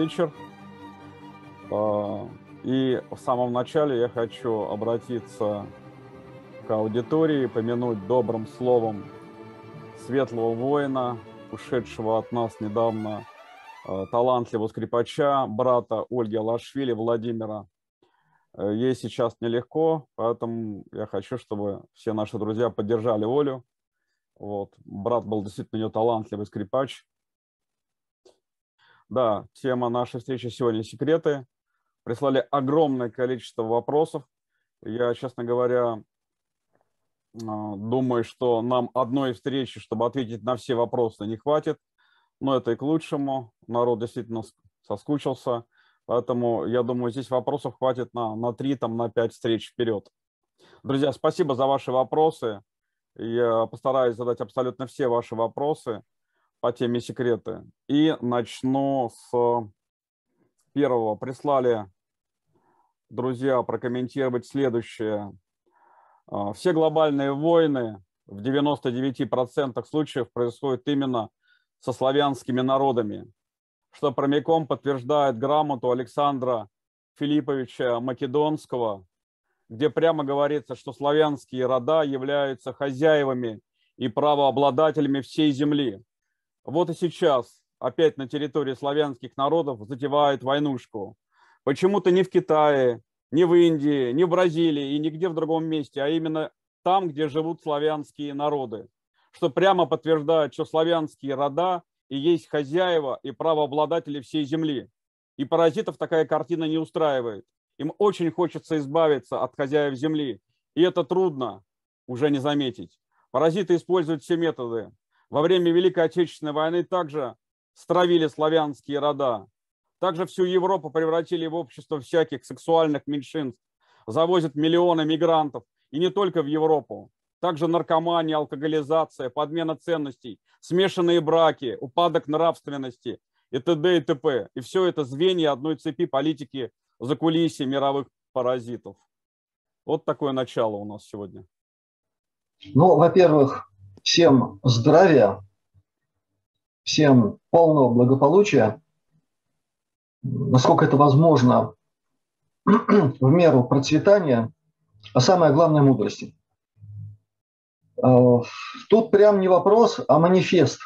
вечер. И в самом начале я хочу обратиться к аудитории, помянуть добрым словом светлого воина, ушедшего от нас недавно, талантливого скрипача, брата Ольги Алашвили, Владимира. Ей сейчас нелегко, поэтому я хочу, чтобы все наши друзья поддержали Олю. Вот. Брат был действительно ее талантливый скрипач. Да, тема нашей встречи сегодня – секреты. Прислали огромное количество вопросов. Я, честно говоря, думаю, что нам одной встречи, чтобы ответить на все вопросы, не хватит. Но это и к лучшему. Народ действительно соскучился. Поэтому, я думаю, здесь вопросов хватит на 3, на 5 встреч вперед. Друзья, спасибо за ваши вопросы. Я постараюсь задать абсолютно все ваши вопросы по теме секреты. И начну с первого. Прислали друзья прокомментировать следующее. Все глобальные войны в 99% случаев происходят именно со славянскими народами, что прямиком подтверждает грамоту Александра Филипповича Македонского, где прямо говорится, что славянские рода являются хозяевами и правообладателями всей земли. Вот и сейчас опять на территории славянских народов затевают войнушку. Почему-то не в Китае, не в Индии, не в Бразилии и нигде в другом месте, а именно там, где живут славянские народы. Что прямо подтверждает, что славянские рода и есть хозяева и правообладатели всей земли. И паразитов такая картина не устраивает. Им очень хочется избавиться от хозяев земли. И это трудно уже не заметить. Паразиты используют все методы. Во время Великой Отечественной войны также стравили славянские рода. Также всю Европу превратили в общество всяких сексуальных меньшинств. Завозят миллионы мигрантов. И не только в Европу. Также наркомания, алкоголизация, подмена ценностей, смешанные браки, упадок нравственности и т.д. и т.п. И все это звенья одной цепи политики закулисья мировых паразитов. Вот такое начало у нас сегодня. Ну, во-первых, всем здравия, всем полного благополучия, насколько это возможно, в меру процветания, а самое главное – мудрости. Тут прям не вопрос, а манифест.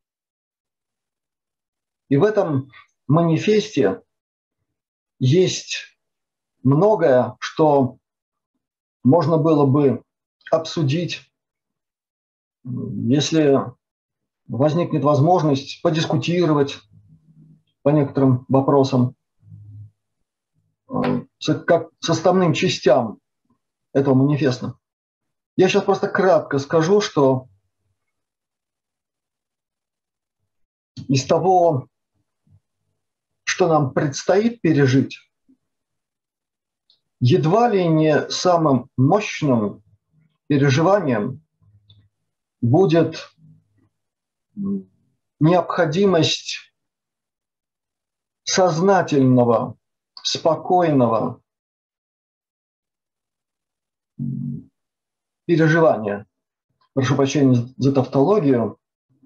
И в этом манифесте есть многое, что можно было бы обсудить, если возникнет возможность подискутировать по некоторым вопросам, как составным частям этого манифеста. Я сейчас просто кратко скажу, что из того, что нам предстоит пережить, едва ли не самым мощным переживанием будет необходимость сознательного, спокойного переживания, прошу прощения за тавтологию,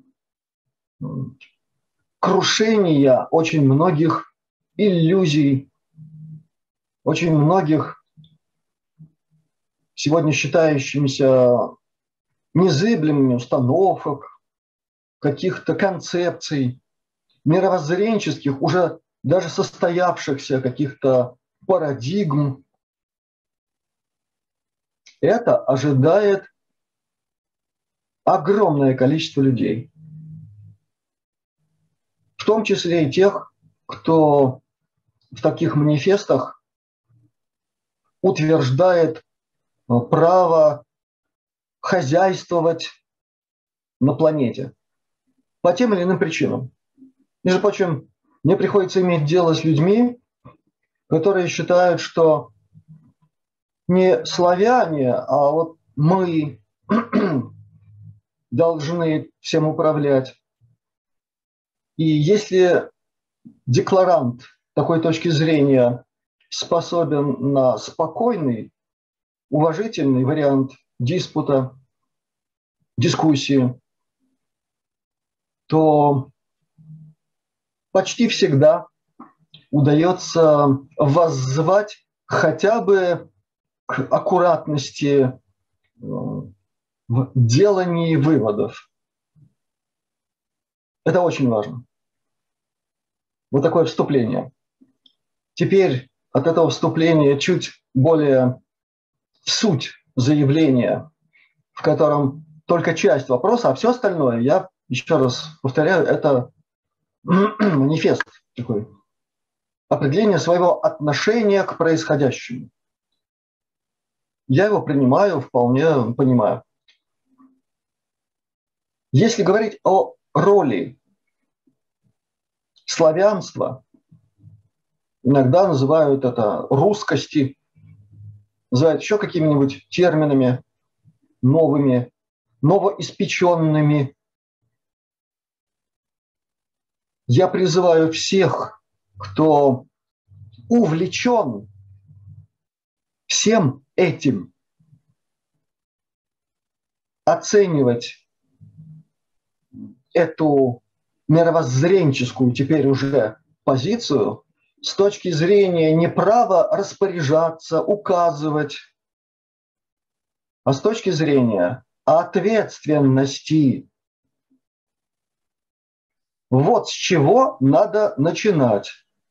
крушения очень многих иллюзий, очень многих сегодня считающимися незыблемыми установок, каких-то концепций, мировоззренческих, уже даже состоявшихся каких-то парадигм. Это ожидает огромное количество людей, в том числе и тех, кто в таких манифестах утверждает право хозяйствовать на планете по тем или иным причинам. Между прочим, мне приходится иметь дело с людьми, которые считают, что не славяне, а вот мы должны всем управлять. И если декларант такой точки зрения способен на спокойный, уважительный вариант диспута, дискуссии, то почти всегда удается воззвать хотя бы к аккуратности в делании выводов. Это очень важно. Вот такое вступление. Теперь от этого вступления чуть более в суть заявления, в котором только часть вопроса, а все остальное, я еще раз повторяю, это манифест такой, определение своего отношения к происходящему. Я его принимаю, вполне понимаю. Если говорить о роли славянства, иногда называют это русскости, называют еще какими-нибудь терминами новыми, новоиспеченными. Я призываю всех, кто увлечен всем этим, оценивать эту мировоззренческую теперь уже позицию с точки зрения не права распоряжаться, указывать, а с точки зрения ответственности. Вот с чего надо начинать.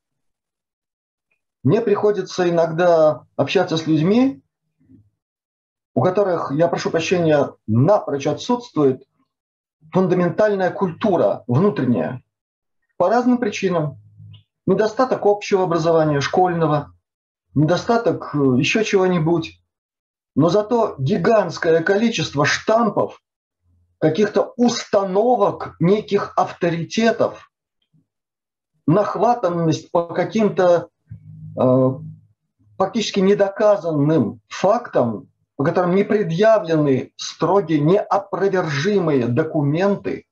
Мне приходится иногда общаться с людьми, у которых, я прошу прощения, напрочь отсутствует фундаментальная культура внутренняя. По разным причинам. Недостаток общего образования, школьного, недостаток еще чего-нибудь. Но зато гигантское количество штампов, каких-то установок, неких авторитетов, нахватанность по каким-то фактически недоказанным фактам, по которым не предъявлены строгие, неопровержимые документы.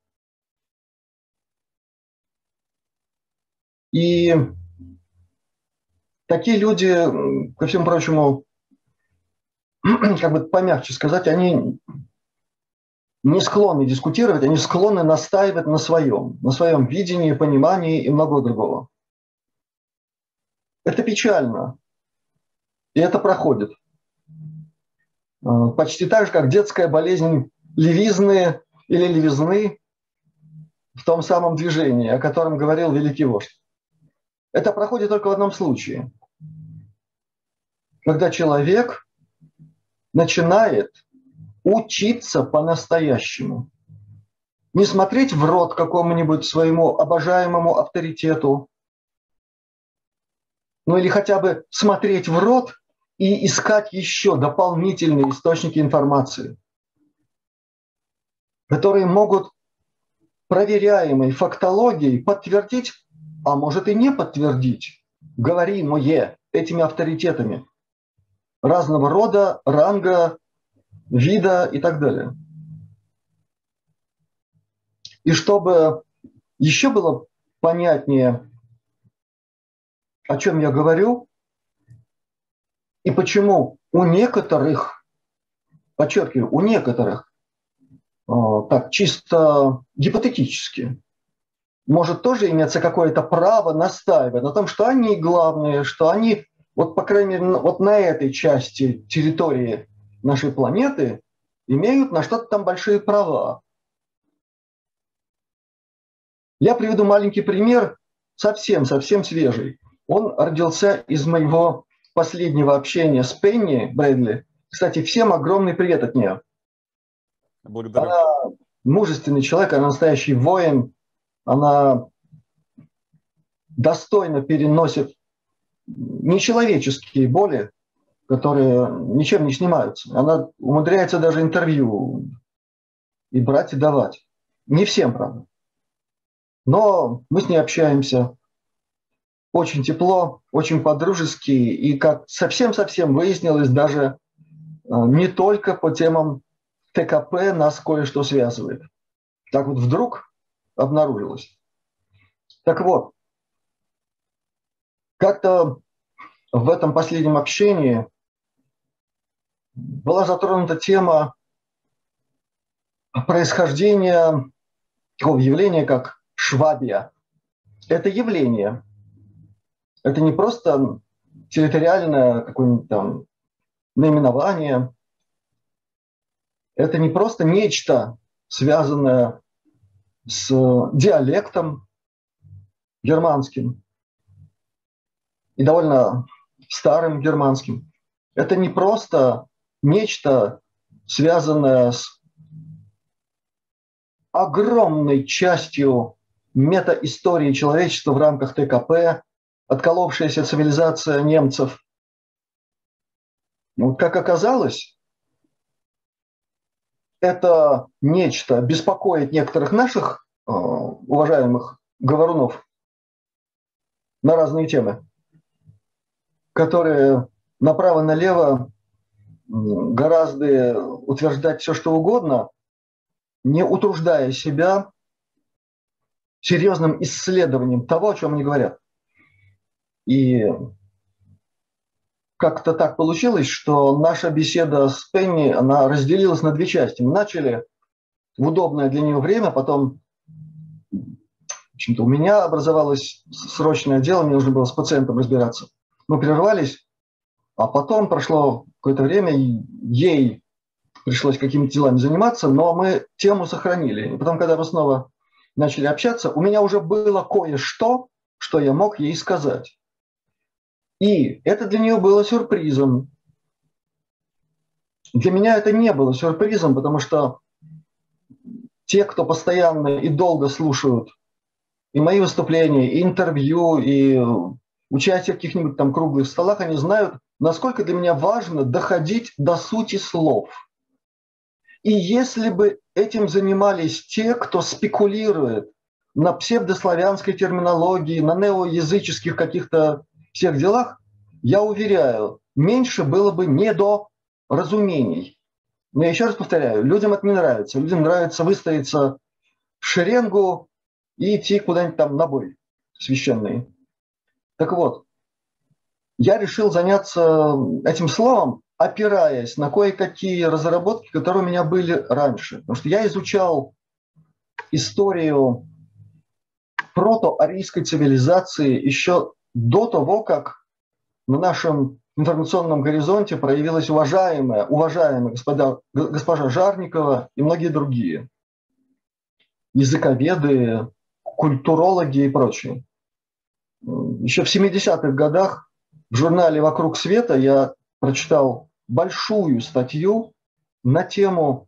И такие люди, ко всему прочему, как бы помягче сказать, они не склонны дискутировать, они склонны настаивать на своем видении, понимании и много другого. Это печально. И это проходит. Почти так же, как детская болезнь левизны или левизны в том самом движении, о котором говорил великий вождь. Это проходит только в одном случае. Когда человек начинает учиться по-настоящему. Не смотреть в рот какому-нибудь своему обожаемому авторитету, ну или хотя бы смотреть в рот и искать еще дополнительные источники информации, которые могут проверяемой фактологией подтвердить, а может и не подтвердить говоримое этими авторитетами разного рода, ранга, вида и так далее. И чтобы еще было понятнее, о чем я говорю, и почему у некоторых, подчеркиваю, у некоторых, так чисто гипотетически, может тоже иметься какое-то право настаивать на том, что они главные, что они, вот по крайней мере, вот на этой части территории нашей планеты имеют на что-то там большие права. Я приведу маленький пример, совсем свежий. Он родился из моего последнего общения с Пенни Брэдли. Кстати, всем огромный привет от нее. Благодарю. Она мужественный человек, она настоящий воин. Она достойно переносит нечеловеческие боли, которые ничем не снимаются. Она умудряется даже интервью и брать, и давать. Не всем, правда. Но мы с ней общаемся очень тепло, очень по-дружески, и как совсем-совсем выяснилось, даже не только по темам ТКП нас кое-что связывает. Так вот вдруг обнаружилось. Так вот, как-то в этом последнем общении была затронута тема происхождения такого явления, как Швабия. Это явление, Это не просто территориальное какое-нибудь там наименование, это не просто нечто, связанное с диалектом германским и довольно старым германским. Это не просто нечто, связанное с огромной частью метаистории человечества в рамках ТКП, отколовшаяся цивилизация немцев. Ну, как оказалось, это нечто беспокоит некоторых наших уважаемых говорунов на разные темы, которые направо-налево гораздо утверждать все, что угодно, не утруждая себя серьезным исследованием того, о чем они говорят. И как-то так получилось, что наша беседа с Пенни, она разделилась на две части. Мы начали в удобное для нее время, потом в общем-то, у меня образовалось срочное дело, мне нужно было с пациентом разбираться. Мы прервались, а потом прошло какое-то время, ей пришлось какими-то делами заниматься, но мы тему сохранили. И потом, когда мы снова начали общаться, у меня уже было кое-что, что я мог ей сказать. И это для нее было сюрпризом. Для меня это не было сюрпризом, потому что те, кто постоянно и долго слушают и мои выступления, и интервью, и участие в каких-нибудь там круглых столах, они знают, насколько для меня важно доходить до сути слов. И если бы этим занимались те, кто спекулирует на псевдославянской терминологии, на неоязыческих каких-то всех делах, я уверяю, меньше было бы недоразумений. Но я еще раз повторяю, людям это не нравится. Людям нравится выстроиться в шеренгу и идти куда-нибудь там на бой священный. Так вот, я решил заняться этим словом, опираясь на кое-какие разработки, которые у меня были раньше. Потому что я изучал историю протоарийской цивилизации еще до того, как на нашем информационном горизонте проявилась уважаемая госпожа Жарникова и многие другие языковеды, культурологи и прочие. Еще в 70-х годах в журнале «Вокруг света» я прочитал большую статью на тему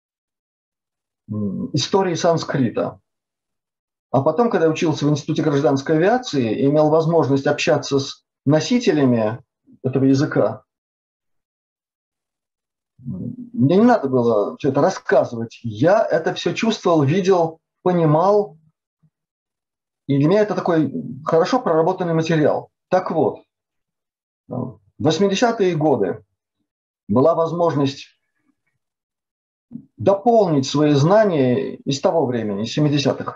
истории санскрита. А потом, когда я учился в Институте гражданской авиации и имел возможность общаться с носителями этого языка, мне не надо было все это рассказывать. Я это все чувствовал, видел, понимал. И для меня это такой хорошо проработанный материал. Так вот, в 80-е годы была возможность дополнить свои знания из того времени, из 70-х.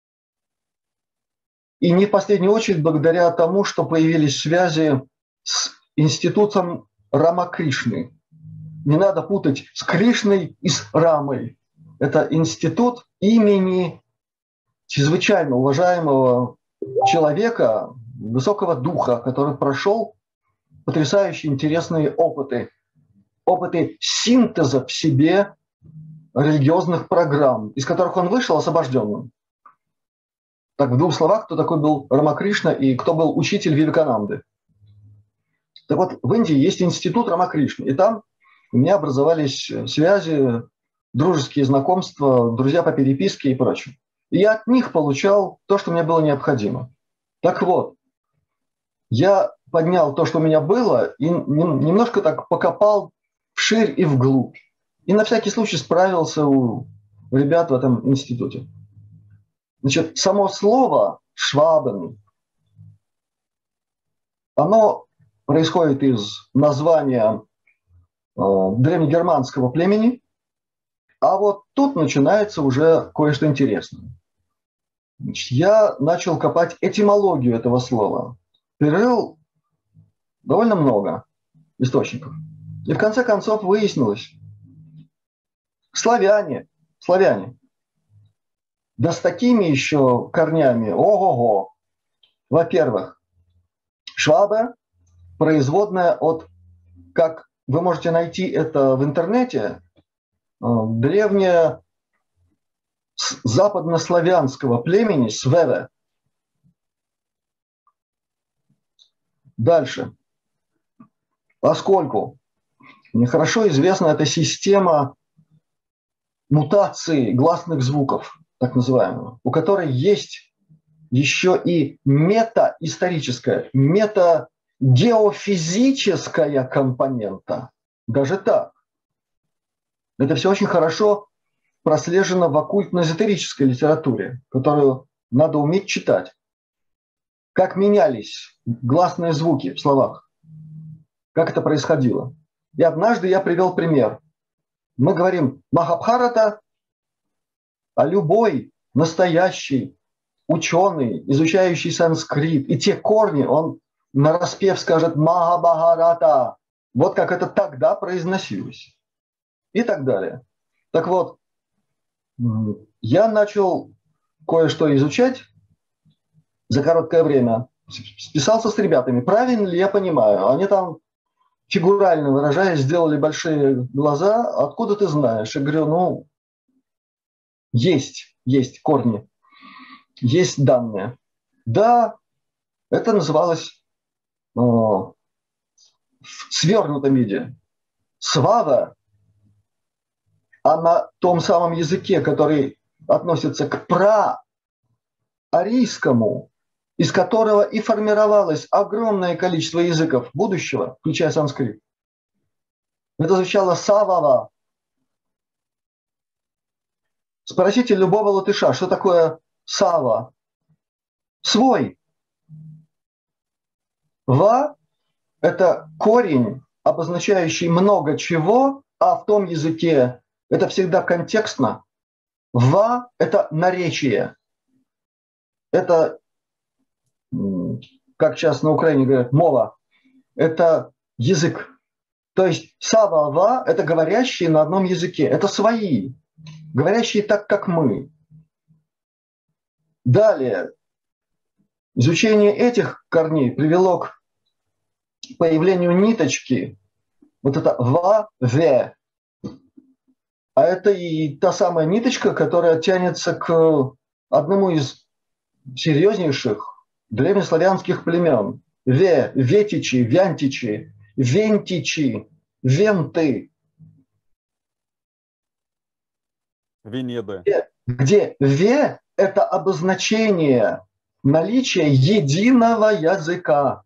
И не в последнюю очередь благодаря тому, что появились связи с институтом Рамакришны. Не надо путать с Кришной и с Рамой. Это институт имени чрезвычайно уважаемого человека, высокого духа, который прошел потрясающе интересные опыты. Опыты синтеза в себе религиозных программ, из которых он вышел освобожденным. Так, в двух словах, кто такой был Рамакришна и кто был учитель Вивекананды. Так вот, в Индии есть институт Рамакришны, и там у меня образовались связи, дружеские знакомства, друзья по переписке и прочее. И я от них получал то, что мне было необходимо. Так вот, я поднял то, что у меня было, и немножко так покопал вширь и вглубь. И на всякий случай справился у ребят в этом институте. Значит, само слово «швабен», оно происходит из названия древнегерманского племени, а вот тут начинается уже кое-что интересное. Значит, я начал копать этимологию этого слова. Перерыл довольно много источников. И в конце концов выяснилось, славяне, да с такими еще корнями, ого-го. Во-первых, Швабе – производная от, как вы можете найти это в интернете, древнее западнославянского племени Свеве. Дальше. Поскольку мне хорошо известна эта система мутации гласных звуков, так называемого, у которой есть еще и метаисторическая, метагеофизическая компонента. Даже так. Это все очень хорошо прослежено в оккультно-эзотерической литературе, которую надо уметь читать. Как менялись гласные звуки в словах, как это происходило. И однажды я привел пример. Мы говорим Махабхарата, а любой настоящий ученый, изучающий санскрит, и те корни, он нараспев скажет Махабхарата. Вот как это тогда произносилось. И так далее. Так вот, я начал кое-что изучать за короткое время. Списался с ребятами. Правильно ли я понимаю? Они там, фигурально выражаясь, сделали большие глаза. Откуда ты знаешь? Я говорю, есть корни, есть данные. Да, это называлось в свернутом виде. Свава, а на том самом языке, который относится к проарийскому, из которого и формировалось огромное количество языков будущего, включая санскрит. Это звучало савава. Спросите любого латыша, что такое сава? Свой. Ва – это корень, обозначающий много чего, а в том языке это всегда контекстно. Ва – это наречие. Это, как сейчас на Украине говорят, мова. Это язык. То есть сава-ва – это говорящие на одном языке. Это свои, говорящие так, как мы. Далее. Изучение этих корней привело к появлению ниточки. Вот это ва-ве. А это и та самая ниточка, которая тянется к одному из серьезнейших древнеславянских племен. Ветичи, вянтичи, вентичи, венты. Венеды. Где ве – это обозначение наличия единого языка.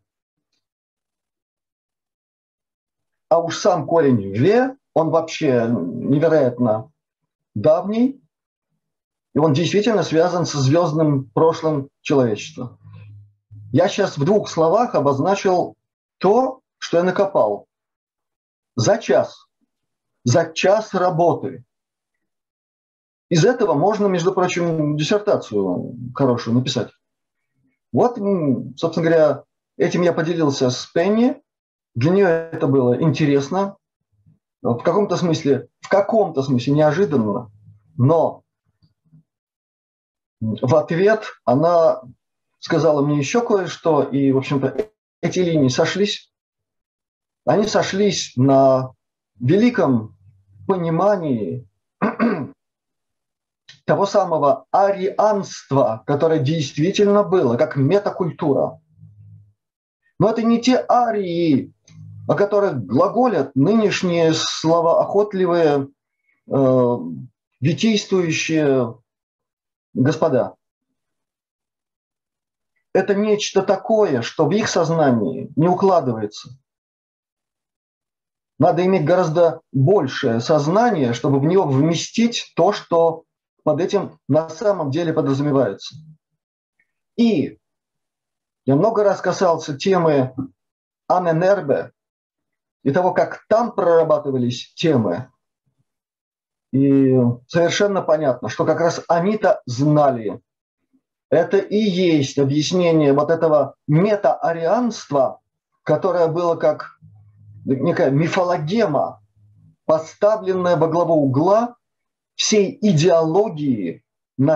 А уж сам корень ве, он вообще невероятно давний, и он действительно связан со звездным прошлым человечества. Я сейчас в 2 словах обозначил то, что я накопал за час работы. Из этого можно, между прочим, диссертацию хорошую написать. Вот, собственно говоря, этим я поделился с Пенни. Для нее это было интересно, в каком-то смысле неожиданно, но в ответ она сказала мне еще кое-что, и, в общем-то, эти линии сошлись. Они сошлись на великом понимании того самого арианства, которое действительно было, как метакультура. Но это не те арии, о которых глаголят нынешние словоохотливые, витийствующие господа. Это нечто такое, что в их сознании не укладывается. Надо иметь гораздо большее сознание, чтобы в него вместить то, что под этим на самом деле подразумевается. И я много раз касался темы Аненербе и того, как там прорабатывались темы. И совершенно понятно, что как раз они-то знали. Это и есть объяснение вот этого метаарианства, которое было как некая мифологема, поставленная во главу угла всей идеологии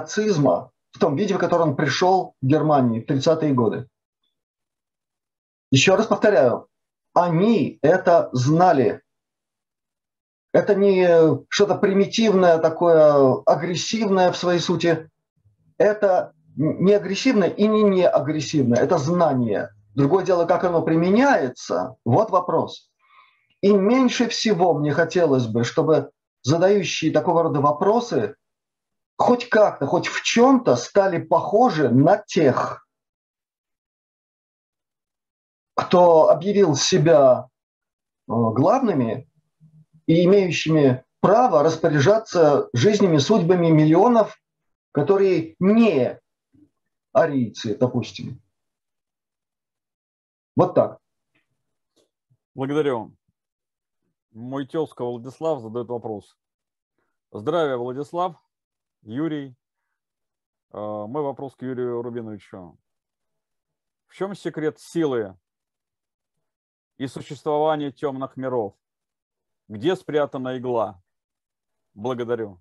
нацизма в том виде, в котором он пришел в Германии в 30-е годы. Еще раз повторяю, они это знали. Это не что-то примитивное, такое агрессивное в своей сути. Это не агрессивное и не агрессивное. Это знание. Другое дело, как оно применяется. Вот вопрос. И меньше всего мне хотелось бы, чтобы задающие такого рода вопросы хоть как-то, хоть в чем-то стали похожи на тех, кто объявил себя главными и имеющими право распоряжаться жизнями, судьбами миллионов, которые не арийцы, допустим. Вот так. Благодарю. Мой тезка Владислав задает вопрос. Здравия, Владислав, Юрий. Мой вопрос к Юрию Рубиновичу. В чем секрет силы и существования темных миров? Где спрятана игла? Благодарю.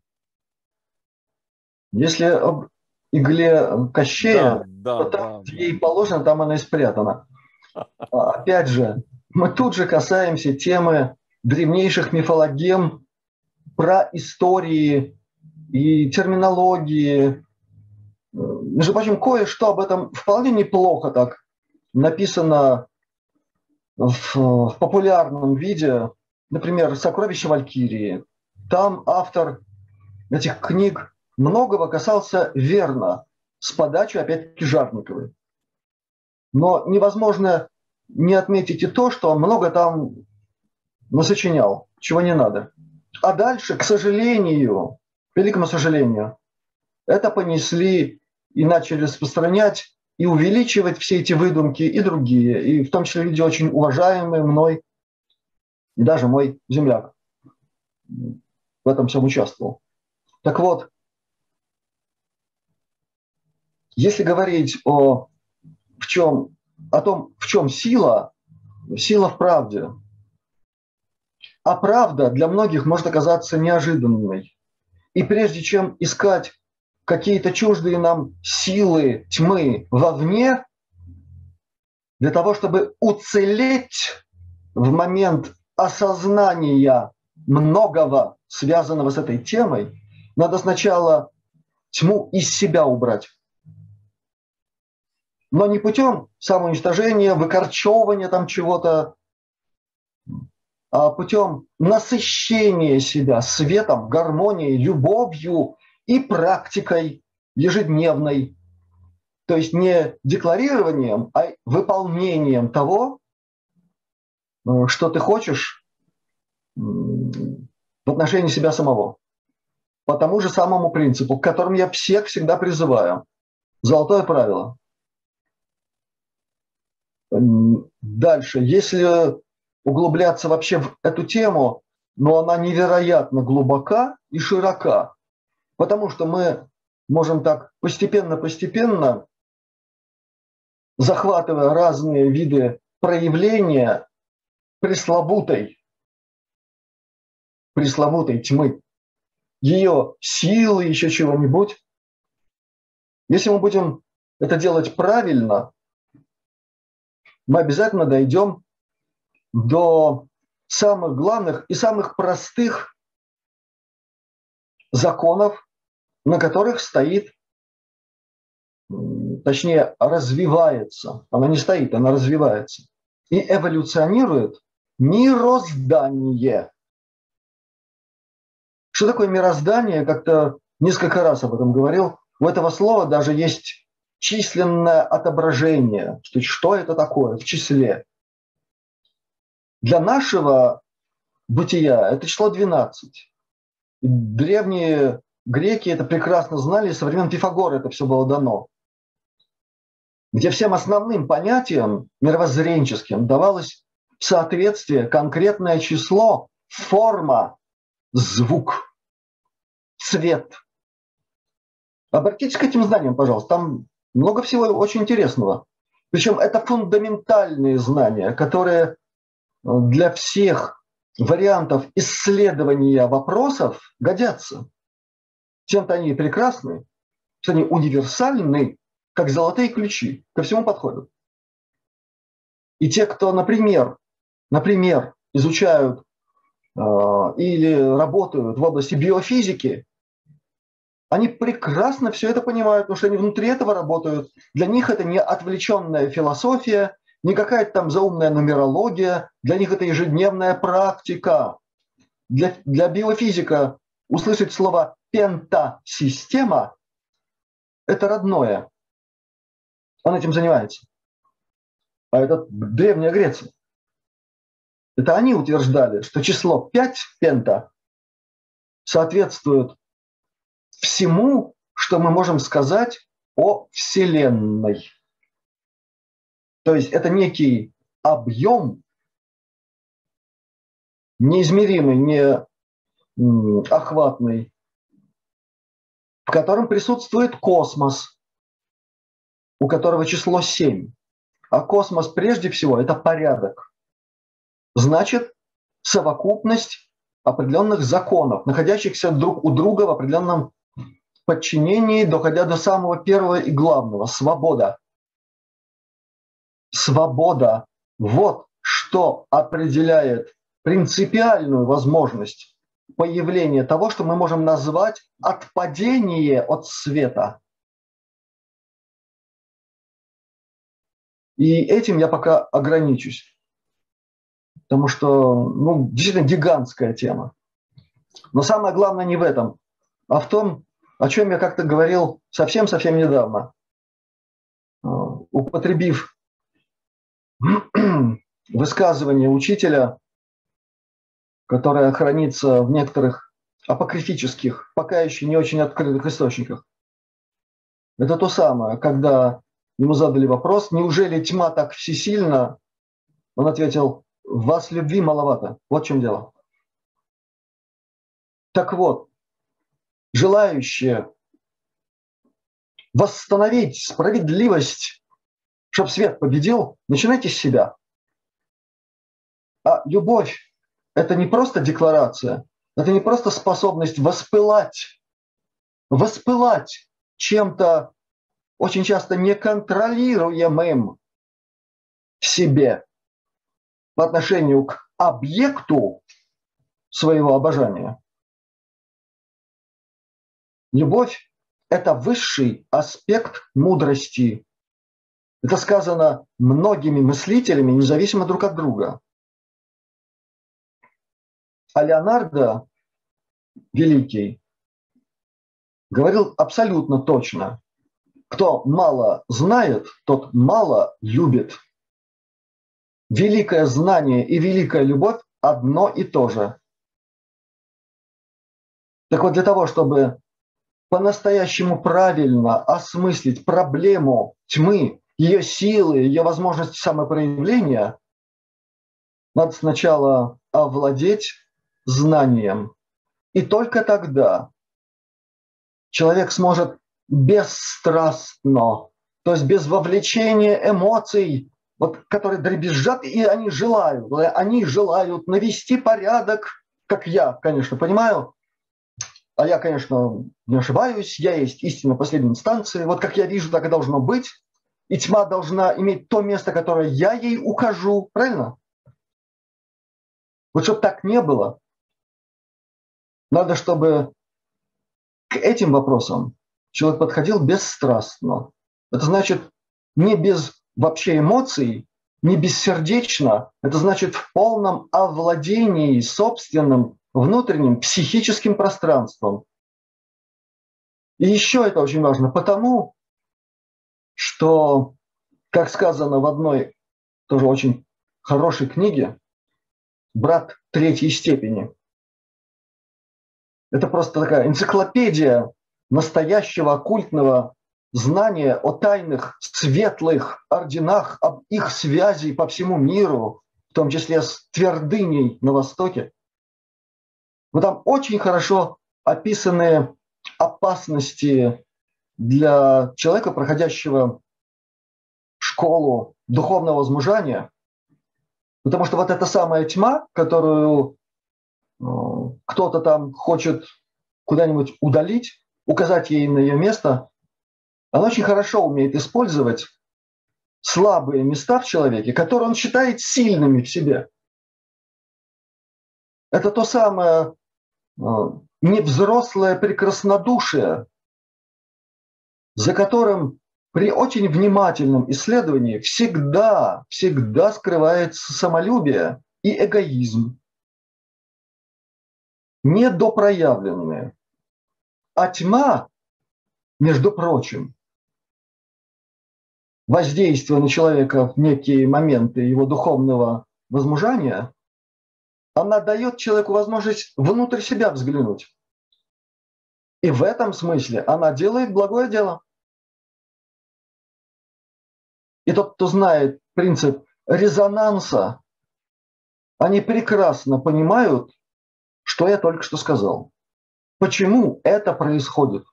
Если об игле Кощея, то там, где ей положено, там она и спрятана. Опять же, мы тут же касаемся темы древнейших мифологем про истории и терминологии. Между прочим, кое-что об этом вполне неплохо так написано в популярном виде. Например, «Сокровища Валькирии». Там автор этих книг многого касался верно, с подачи, опять-таки, Жадниковой. Но невозможно не отметить и то, что он много там насочинял, чего не надо. А дальше, к сожалению, к великому сожалению, это понесли и начали распространять и увеличивать все эти выдумки и другие, и в том числе люди очень уважаемые мной, и даже мой земляк в этом всем участвовал. Так вот, если говорить о том, в чем сила, сила в правде. А правда для многих может оказаться неожиданной. И прежде чем искать какие-то чуждые нам силы тьмы вовне, для того, чтобы уцелеть в момент осознания многого, связанного с этой темой, надо сначала тьму из себя убрать. Но не путем самоуничтожения, выкорчевывания там чего-то, а путем насыщения себя светом, гармонией, любовью и практикой ежедневной. То есть не декларированием, а выполнением того, что ты хочешь в отношении себя самого. По тому же самому принципу, к которому я всех всегда призываю. Золотое правило. Дальше, если углубляться вообще в эту тему, но она невероятно глубока и широка, потому что мы можем так постепенно, захватывая разные виды проявления пресловутой тьмы, ее силы, еще чего-нибудь. Если мы будем это делать правильно, мы обязательно дойдем до самых главных и самых простых законов, на которых стоит, точнее, развивается. Она не стоит, она развивается. И эволюционирует мироздание. Что такое мироздание? Как-то несколько раз об этом говорил. У этого слова даже есть численное отображение. Что это такое в числе? Для нашего бытия это число 12. Древние греки это прекрасно знали, со времен Пифагора это все было дано. Где всем основным понятиям мировоззренческим давалось соответствие, конкретное число, форма, звук, цвет. Обратитесь к этим знаниям, пожалуйста. Там много всего очень интересного. Причем это фундаментальные знания, которые для всех вариантов исследования вопросов годятся. Чем-то они прекрасны, что они универсальны, как золотые ключи, ко всему подходят. И те, кто, например, изучают или работают в области биофизики, они прекрасно все это понимают, потому что они внутри этого работают. Для них это не отвлеченная философия, не какая-то там заумная нумерология, для них это ежедневная практика. Для биофизика услышать слово пентасистема – это родное. Он этим занимается. А это Древняя Греция. Это они утверждали, что число 5 пента соответствует всему, что мы можем сказать о Вселенной. То есть это некий объем, неизмеримый, неохватный, в котором присутствует космос, у которого число 7. А космос прежде всего – это порядок. Значит, совокупность определенных законов, находящихся друг у друга в определенном подчинении, доходя до самого первого и главного – свобода. Свобода – вот что определяет принципиальную возможность появления того, что мы можем назвать отпадение от света. И этим я пока ограничусь, потому что действительно гигантская тема. Но самое главное не в этом, а в том, о чем я как-то говорил совсем-совсем недавно, употребив высказывание учителя, которое хранится в некоторых апокрифических, пока еще не очень открытых источниках. Это то самое, когда ему задали вопрос, неужели тьма так всесильна? Он ответил, в вас любви маловато. Вот в чем дело. Так вот, желающие восстановить справедливость, чтобы свет победил, начинайте с себя. А любовь – это не просто декларация, это не просто способность воспылать чем-то очень часто неконтролируемым в себе по отношению к объекту своего обожания. Любовь – это высший аспект мудрости. Это сказано многими мыслителями, независимо друг от друга. А Леонардо Великий говорил абсолютно точно. Кто мало знает, тот мало любит. Великое знание и великая любовь – одно и то же. Так вот, для того, чтобы по-настоящему правильно осмыслить проблему тьмы, ее силы, ее возможности самопроявления, надо сначала овладеть знанием. И только тогда человек сможет бесстрастно, то есть без вовлечения эмоций, которые дребезжат, и они желают навести порядок, как я, конечно, понимаю, а я, конечно, не ошибаюсь, я есть истина последней инстанции, вот как я вижу, так и должно быть, и тьма должна иметь то место, которое я ей укажу, правильно? Вот чтобы так не было, надо, чтобы к этим вопросам человек подходил бесстрастно. Это значит не без вообще эмоций, не бессердечно. Это значит в полном овладении собственным внутренним психическим пространством. И еще это очень важно, потому что, как сказано в одной тоже очень хорошей книге, «Брат третьей степени», это просто такая энциклопедия настоящего оккультного знания о тайных светлых орденах, об их связи по всему миру, в том числе с твердыней на Востоке. Вот там очень хорошо описаны опасности для человека, проходящего школу духовного возмужания, потому что вот эта самая тьма, которую кто-то там хочет куда-нибудь удалить, указать ей на ее место, она очень хорошо умеет использовать слабые места в человеке, которые он считает сильными в себе. Это то самое невзрослое прекраснодушие, за которым при очень внимательном исследовании всегда скрывается самолюбие и эгоизм, недопроявленные. А тьма, между прочим, воздействуя на человека в некие моменты его духовного возмужания, она дает человеку возможность внутрь себя взглянуть. И в этом смысле она делает благое дело. И тот, кто знает принцип резонанса, они прекрасно понимают, что я только что сказал. Почему это происходит?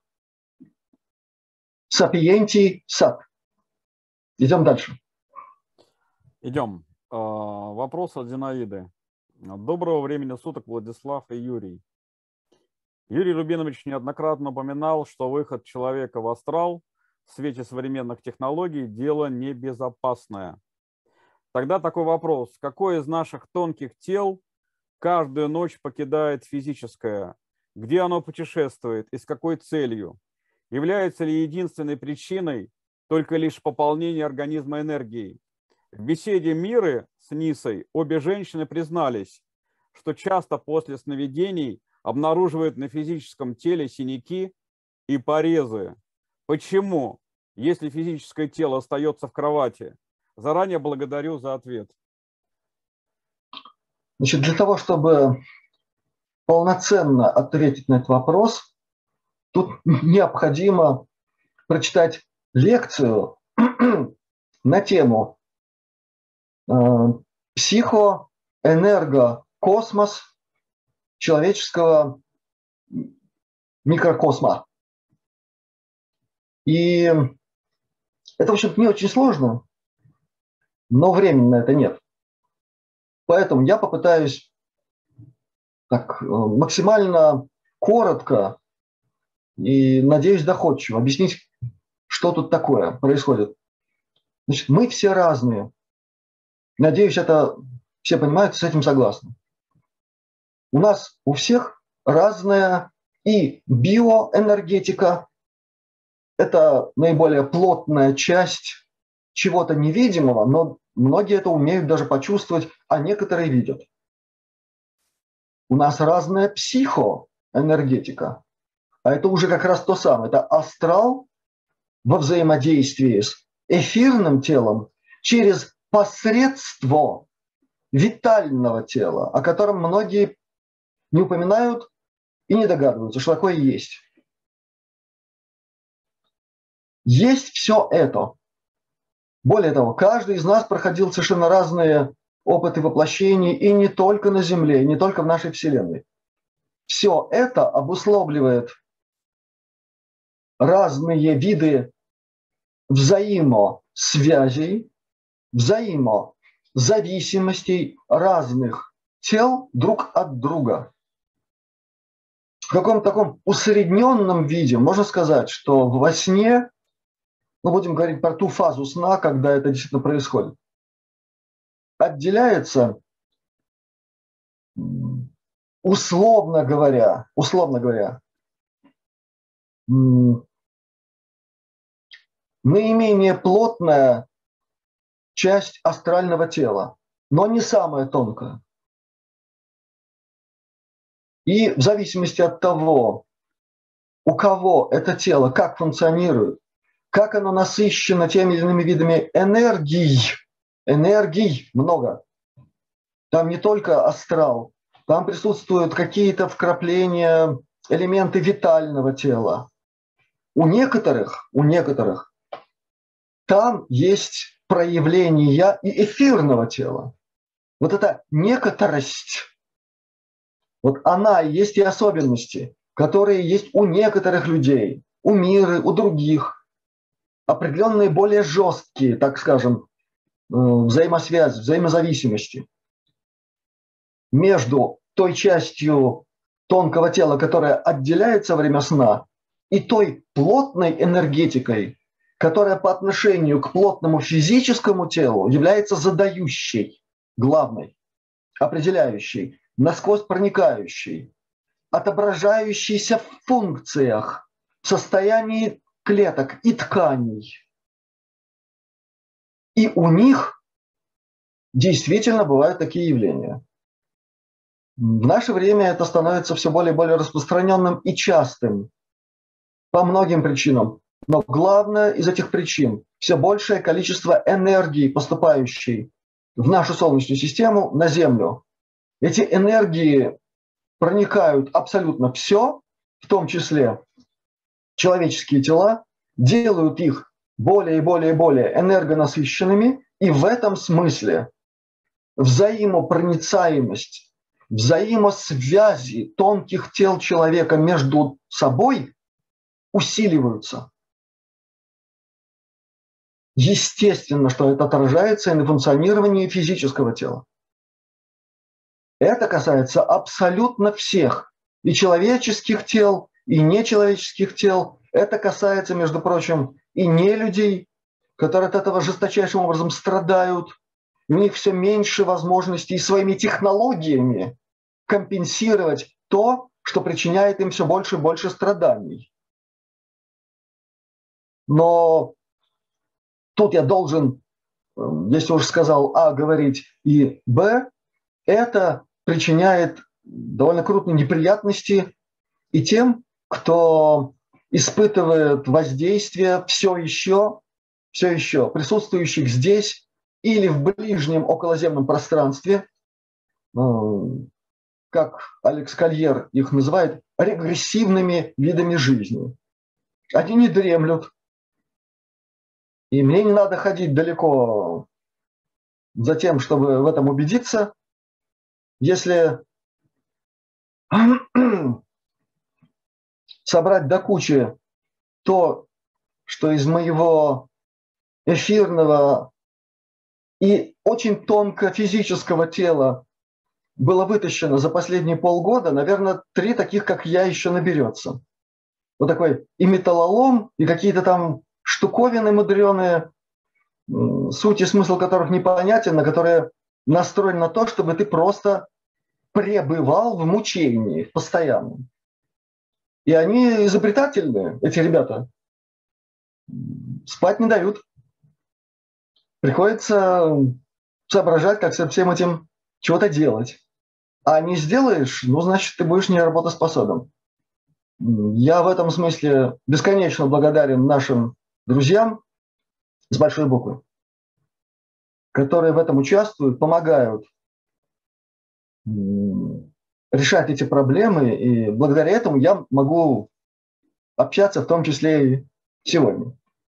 Сапиентий сат. Идем дальше. Идем. Вопрос от Зинаиды. Доброго времени суток, Владислав и Юрий. Юрий Рубинович неоднократно упоминал, что выход человека в астрал в свете современных технологий – дело небезопасное. Тогда такой вопрос. Какое из наших тонких тел каждую ночь покидает физическое? Где оно путешествует и с какой целью? Является ли единственной причиной только лишь пополнение организма энергией? В беседе Миры с Нисой обе женщины признались, что часто после сновидений обнаруживают на физическом теле синяки и порезы. Почему, если физическое тело остается в кровати? Заранее благодарю за ответ. Значит, для того, чтобы полноценно ответить на этот вопрос, тут необходимо прочитать лекцию на тему психоэнергокосмос человеческого микрокосма. И это, в общем-то, не очень сложно, но времени на это нет. Поэтому я попытаюсь так максимально коротко и, надеюсь, доходчиво объяснить, что тут такое происходит. Значит, мы все разные. Надеюсь, это все понимают, с этим согласны. У нас у всех разная и биоэнергетика. Это наиболее плотная часть чего-то невидимого, но многие это умеют даже почувствовать, а некоторые видят. У нас разная психоэнергетика. А это уже как раз то самое. Это астрал во взаимодействии с эфирным телом через посредство витального тела, о котором многие не упоминают и не догадываются, что такое есть. Есть все это. Более того, каждый из нас проходил совершенно разные опыты воплощений, и не только на Земле, и не только в нашей Вселенной. Все это обусловливает разные виды взаимосвязей, взаимозависимостей разных тел друг от друга. В каком-то таком усредненном виде можно сказать, что во сне, мы будем говорить про ту фазу сна, когда это действительно происходит, отделяется, условно говоря, наименее плотная часть астрального тела, но не самая тонкая. И в зависимости от того, у кого это тело, как функционирует, как оно насыщено теми или иными видами энергий много. Там не только астрал, там присутствуют какие-то вкрапления, элементы витального тела. У некоторых там есть проявления и эфирного тела. Вот эта некоторость, вот она и есть и особенности, которые есть у некоторых людей, у Миры, у других. Определенные более жесткие, так скажем, взаимосвязи, взаимозависимости между той частью тонкого тела, которая отделяется во время сна, и той плотной энергетикой, которая по отношению к плотному физическому телу является задающей, главной, определяющей, насквозь проникающей, отображающейся в функциях, в состоянии клеток и тканей. И у них действительно бывают такие явления. В наше время это становится все более и более распространенным и частым по многим причинам. Но главное из этих причин – все большее количество энергии, поступающей в нашу Солнечную систему, на Землю. Эти энергии проникают абсолютно все, в том числе человеческие тела, делают их более и более и более энергонасыщенными, и в этом смысле взаимопроницаемость, взаимосвязи тонких тел человека между собой усиливаются. Естественно, что это отражается и на функционировании физического тела. Это касается абсолютно всех, и человеческих тел, и нечеловеческих тел. Это касается, между прочим, и нелюдей, которые от этого жесточайшим образом страдают. У них все меньше возможностей своими технологиями компенсировать то, что причиняет им все больше и больше страданий. Но тут я должен, если уж сказал А, говорить и Б, это причиняет довольно крупные неприятности и тем, кто испытывает воздействие все еще присутствующих здесь или в ближнем околоземном пространстве, как Алекс Кольер их называет, регрессивными видами жизни. Они не дремлют. И мне не надо ходить далеко за тем, чтобы в этом убедиться. Если собрать до кучи то, что из моего эфирного и очень тонко физического тела было вытащено за последние полгода, наверное, 3 таких, как я, еще наберется. Вот такой и металлолом, и какие-то там штуковины мудреные, суть и смысл которых непонятен, на которые настроены на то, чтобы ты просто пребывал в мучении постоянно. И они изобретательные, эти ребята. Спать не дают. Приходится соображать, как со всем этим чего-то делать. А не сделаешь, ну, значит, ты будешь неработоспособен. Я в этом смысле бесконечно благодарен нашим друзьям с большой буквы, которые в этом участвуют, помогают решать эти проблемы, и благодаря этому я могу общаться в том числе и сегодня.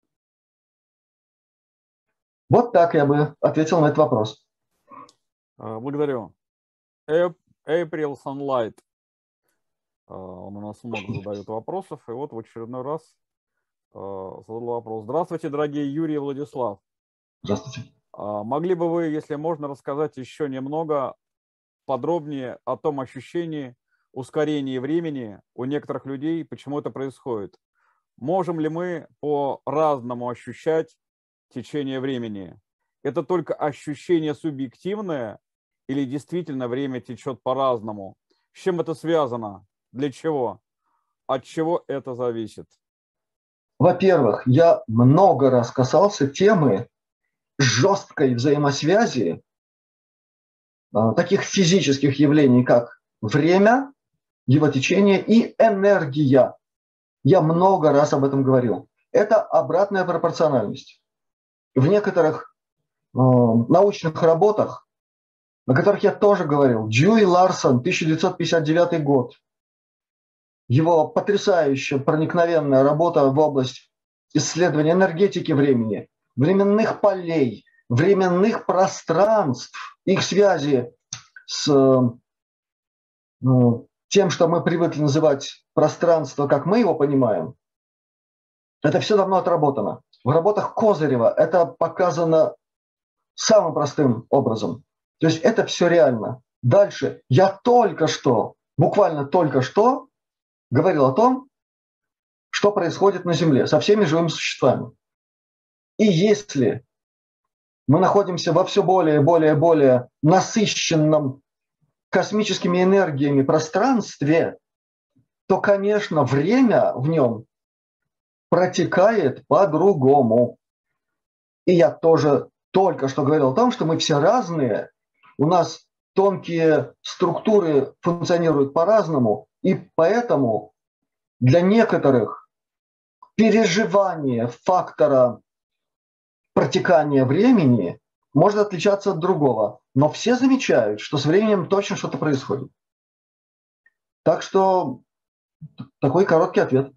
Вот так я бы ответил на этот вопрос. Благодарю. April Sunlight. Он у нас много задает вопросов, и вот в очередной раз задал вопрос. Здравствуйте, дорогие Юрий и Владислав. Здравствуйте. Могли бы вы, если можно, рассказать еще немного подробнее о том ощущении ускорения времени у некоторых людей, почему это происходит? Можем ли мы по-разному ощущать течение времени? Это только ощущение субъективное или действительно время течет по-разному? С чем это связано? Для чего? От чего это зависит? Во-первых, я много раз касался темы жесткой взаимосвязи таких физических явлений, как время, его течение и энергия. Я много раз об этом говорил. Это обратная пропорциональность. В некоторых научных работах, о которых я тоже говорил, Дьюи Ларсон, 1959 год, его потрясающая проникновенная работа в область исследования энергетики времени, временных полей, временных пространств, их связи с тем, что мы привыкли называть пространство, как мы его понимаем, это все давно отработано. В работах Козырева это показано самым простым образом. То есть это все реально. Дальше. Я только что, буквально только что говорил о том, что происходит на Земле со всеми живыми существами. И если мы находимся во все более и более и более насыщенном космическими энергиями пространстве, то, конечно, время в нем протекает по-другому. И я тоже только что говорил о том, что мы все разные, у нас тонкие структуры функционируют по-разному, и поэтому для некоторых переживание фактора протекания времени может отличаться от другого. Но все замечают, что с временем точно что-то происходит. Так что такой короткий ответ.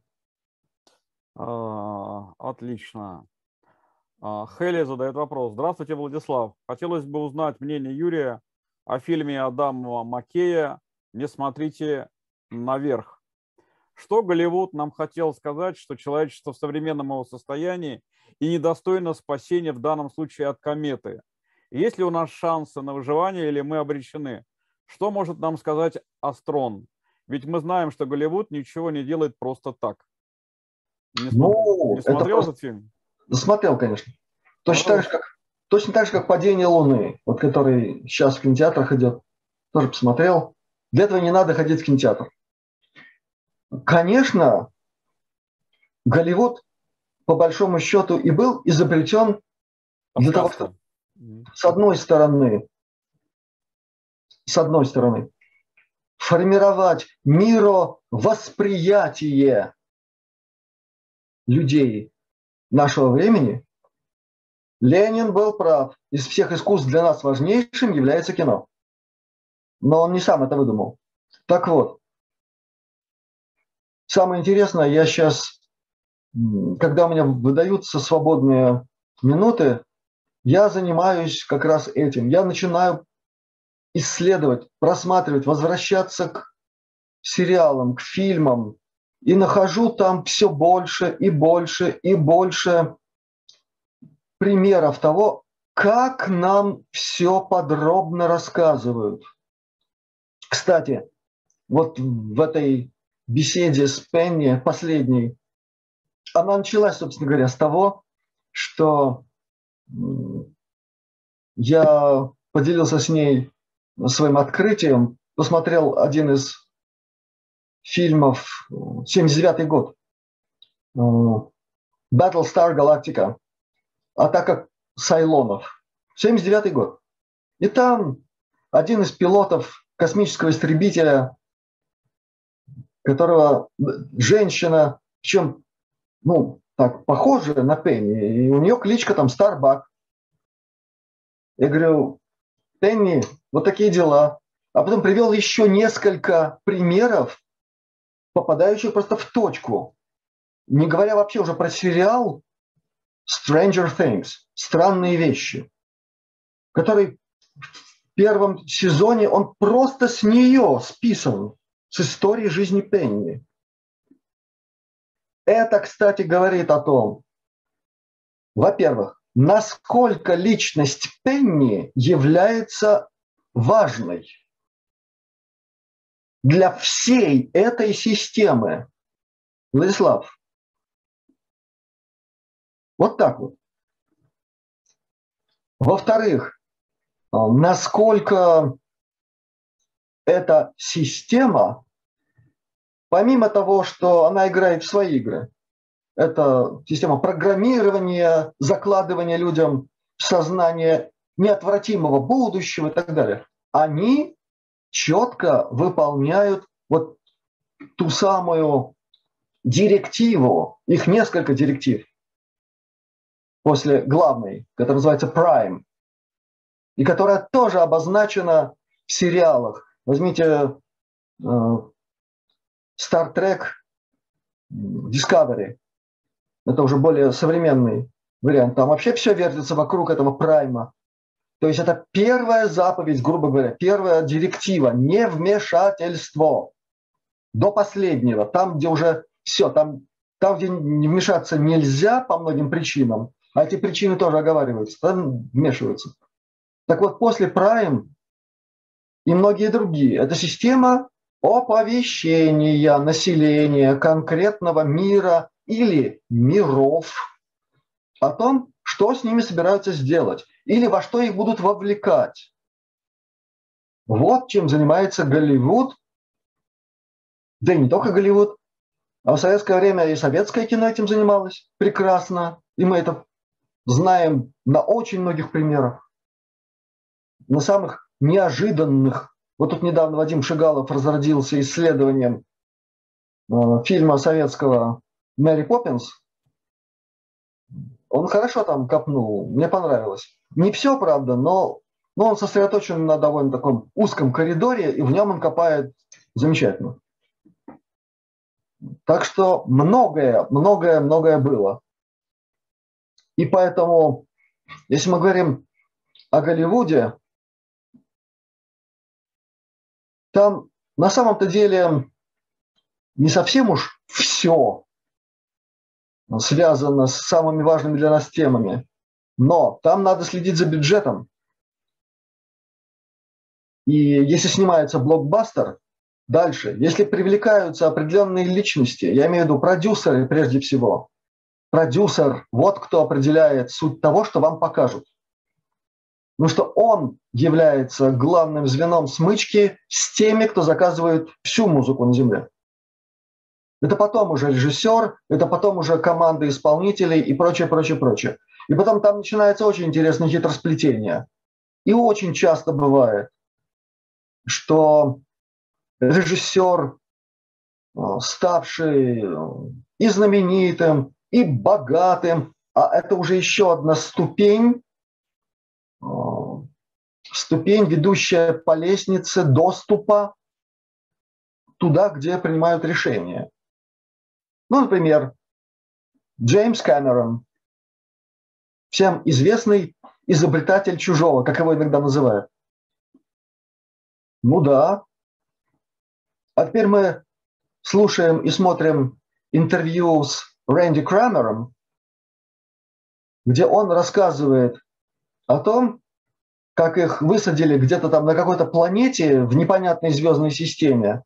Отлично. Хелли задает вопрос. Здравствуйте, Владислав. Хотелось бы узнать мнение Юрия о фильме Адама Маккея «Не смотрите наверх». Что Голливуд нам хотел сказать, что человечество в современном его состоянии и недостойно спасения в данном случае от кометы? Есть ли у нас шансы на выживание или мы обречены? Что может нам сказать Астрон? Ведь мы знаем, что Голливуд ничего не делает просто так. Не смотрел этот фильм? Смотрел, конечно. Точно так же, как «Падение Луны», вот, который сейчас в кинотеатрах идет. Тоже посмотрел. Для этого не надо ходить в кинотеатр. Конечно, Голливуд, по большому счету, и был изобретен для того, чтобы, с одной стороны, формировать мировосприятие людей нашего времени. Ленин был прав. Из всех искусств для нас важнейшим является кино. Но он не сам это выдумал. Так вот, самое интересное, я сейчас, когда у меня выдаются свободные минуты, я занимаюсь как раз этим. Я начинаю исследовать, просматривать, возвращаться к сериалам, к фильмам. И нахожу там все больше и больше и больше примеров того, как нам все подробно рассказывают. Кстати, вот в этой беседе с Пенни, последней, она началась, собственно говоря, с того, что я поделился с ней своим открытием, посмотрел один из фильмов, 79-й год, Battlestar Galactica, атака Сайлонов, 79-й год. И там один из пилотов космического истребителя, которого женщина, причем, так, похожая на Пенни, и у нее кличка там Старбак. Я говорю, Пенни, вот такие дела. А потом привел еще несколько примеров, попадающих просто в точку. Не говоря вообще уже про сериал Stranger Things, странные вещи, который в первом сезоне, он просто с нее списан, с истории жизни Пенни. Это, кстати, говорит о том, во-первых, насколько личность Пенни является важной для всей этой системы. Владислав, вот так вот. Во-вторых, насколько эта система, помимо того, что она играет в свои игры, это система программирования, закладывания людям в сознание неотвратимого будущего и так далее, они четко выполняют вот ту самую директиву, их несколько директив, после главной, которая называется Prime, и которая тоже обозначена в сериалах. Возьмите Star Trek Discovery, это уже более современный вариант. Там вообще все вертится вокруг этого прайма. То есть это первая заповедь, грубо говоря, первая директива, невмешательство до последнего. Там, где уже все, там, где не вмешаться нельзя по многим причинам, а эти причины тоже оговариваются, там вмешиваются. Так вот, после Prime и многие другие, это система оповещения населения конкретного мира или миров о том, что что с ними собираются сделать или во что их будут вовлекать. Вот чем занимается Голливуд, да и не только Голливуд, а в советское время и советское кино этим занималось прекрасно, и мы это знаем на очень многих примерах, на самых неожиданных. Вот тут недавно Вадим Шигалов разродился исследованием фильма советского «Мэри Поппинс». Он хорошо там копнул, мне понравилось. Не все, правда, но он сосредоточен на довольно таком узком коридоре, и в нем он копает замечательно. Так что многое было. И поэтому, если мы говорим о Голливуде, там на самом-то деле не совсем уж все связано с самыми важными для нас темами, но там надо следить за бюджетом. И если снимается блокбастер, дальше, если привлекаются определенные личности, я имею в виду продюсеры прежде всего, продюсер, вот кто определяет суть того, что вам покажут. Потому что он является главным звеном смычки с теми, кто заказывает всю музыку на земле. Это потом уже режиссер, это потом уже команда исполнителей и прочее, прочее, прочее. И потом там начинается очень интересное хитросплетение. И очень часто бывает, что режиссер, ставший и знаменитым, и богатым, а это уже еще одна ступень, ведущая по лестнице доступа туда, где принимают решения. Ну, например, Джеймс Кэмерон, всем известный изобретатель чужого, как его иногда называют. Ну да. А теперь мы слушаем и смотрим интервью с Рэнди Крамером, где он рассказывает о том, как их высадили где-то там на какой-то планете в непонятной звездной системе,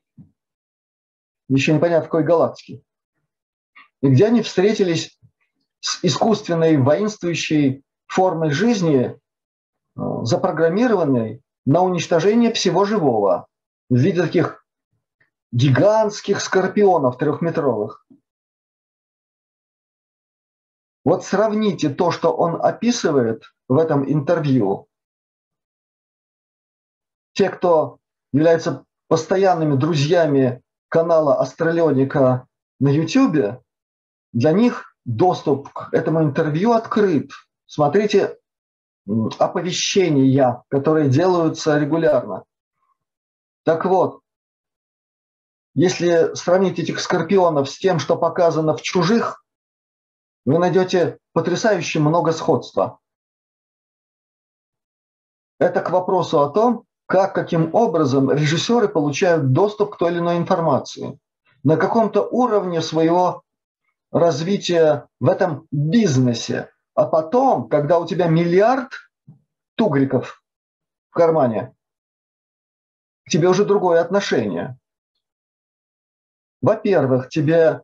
еще непонятно в какой галактике, и где они встретились с искусственной воинствующей формой жизни, запрограммированной на уничтожение всего живого в виде таких гигантских скорпионов трехметровых. Вот сравните то, что он описывает в этом интервью. Те, кто являются постоянными друзьями канала Астралионика на YouTube, для них доступ к этому интервью открыт. Смотрите оповещения, которые делаются регулярно. Так вот, если сравнить этих скорпионов с тем, что показано в «Чужих», вы найдете потрясающе много сходства. Это к вопросу о том, каким образом режиссеры получают доступ к той или иной информации. На каком-то уровне своего развития в этом бизнесе. А потом, когда у тебя миллиард тугриков в кармане, к тебе уже другое отношение. Во-первых, тебе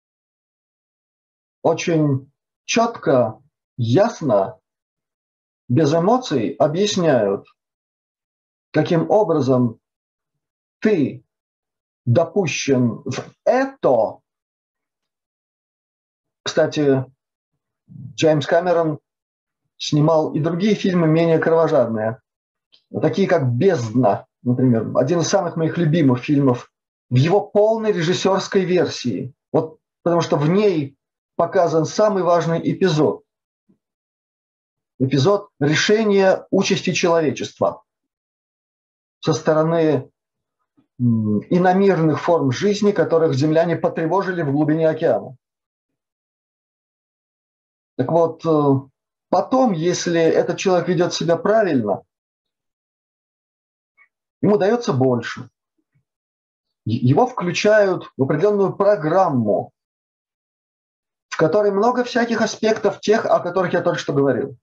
очень четко, ясно, без эмоций объясняют, каким образом ты допущен в это. Кстати, Джеймс Кэмерон снимал и другие фильмы менее кровожадные, такие как «Бездна», например, один из самых моих любимых фильмов в его полной режиссерской версии. Вот потому что в ней показан самый важный эпизод. Эпизод решения участи человечества со стороны иномирных форм жизни, которых земляне потревожили в глубине океана. Так вот, потом, если этот человек ведет себя правильно, ему дается больше. Его включают в определенную программу, в которой много всяких аспектов тех, о которых я только что говорил.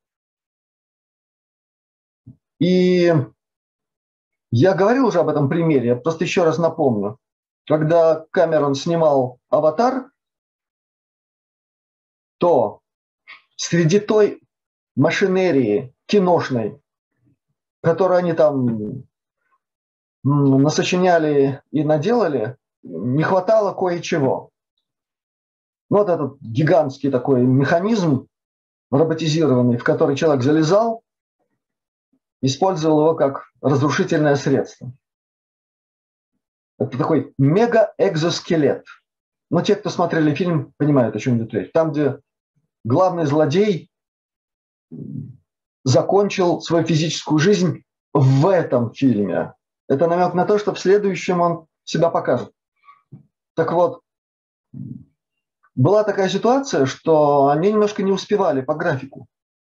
И я говорил уже об этом примере, я просто еще раз напомню. Когда Кэмерон снимал «Аватар», то среди той машинерии киношной, которую они там насочиняли и наделали, не хватало кое-чего. Вот этот гигантский такой механизм роботизированный, в который человек залезал, использовал его как разрушительное средство. Это такой мега-экзоскелет. Но те, кто смотрели фильм, понимают, о чем идет речь. Там, где главный злодей закончил свою физическую жизнь в этом фильме. Это намек на то, что в следующем он себя покажет. Так вот, была такая ситуация, что они немножко не успевали по графику.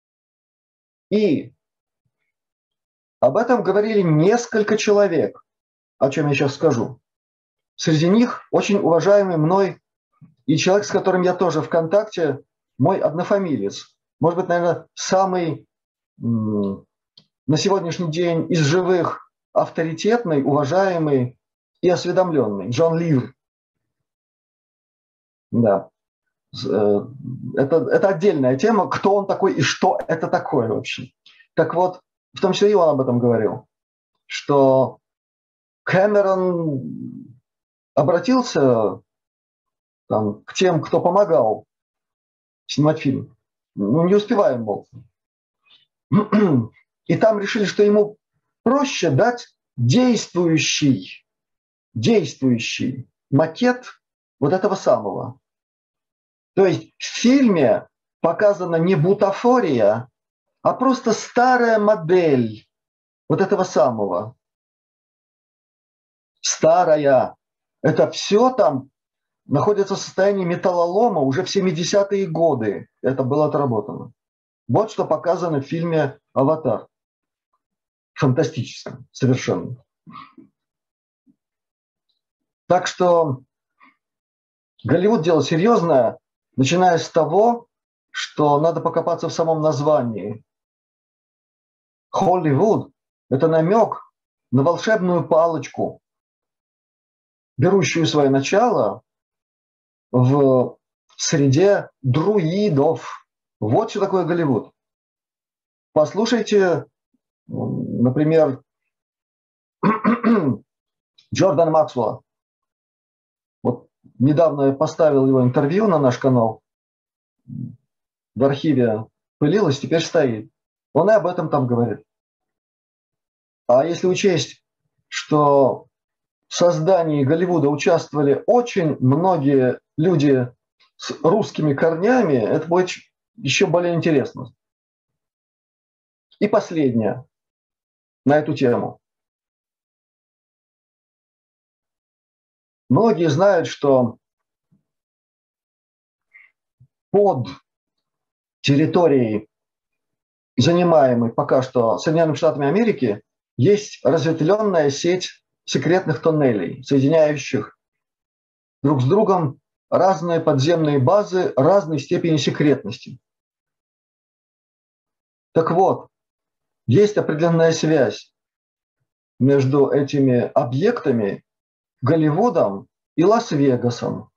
И об этом говорили несколько человек, о чем я сейчас скажу. Среди них очень уважаемый мной и человек, с которым я тоже в контакте, мой однофамилец. Может быть, наверное, самый на сегодняшний день из живых авторитетный, уважаемый и осведомленный. Джон Ливр. Да. Это отдельная тема, кто он такой и что это такое вообще. Так вот, в том числе и он об этом говорил, что Кэмерон обратился там, к тем, кто помогал снимать фильм. Ну, не успеваем, мол. И там решили, что ему проще дать действующий макет вот этого самого. То есть в фильме показана не бутафория, а просто старая модель вот этого самого. Старая. Это все там находится в состоянии металлолома уже в 70-е годы. Это было отработано. Вот что показано в фильме «Аватар». Фантастическом, совершенно. Так что Голливуд дело серьезное, начиная с того, что надо покопаться в самом названии. Холливуд – это намек на волшебную палочку, берущую свое начало в среде друидов. Вот что такое Голливуд. Послушайте, например, Джордана Максвелла. Вот недавно я поставил его интервью на наш канал. В архиве пылилось, теперь стоит. Он и об этом там говорит. А если учесть, что в создании Голливуда участвовали очень многие люди с русскими корнями, это будет еще более интересно. И последнее на эту тему. Многие знают, что под территорией, занимаемой пока что Соединенными Штатами Америки, есть разветвленная сеть секретных тоннелей, соединяющих друг с другом разные подземные базы разной степени секретности. Так вот, есть определенная связь между этими объектами, Голливудом и Лас-Вегасом.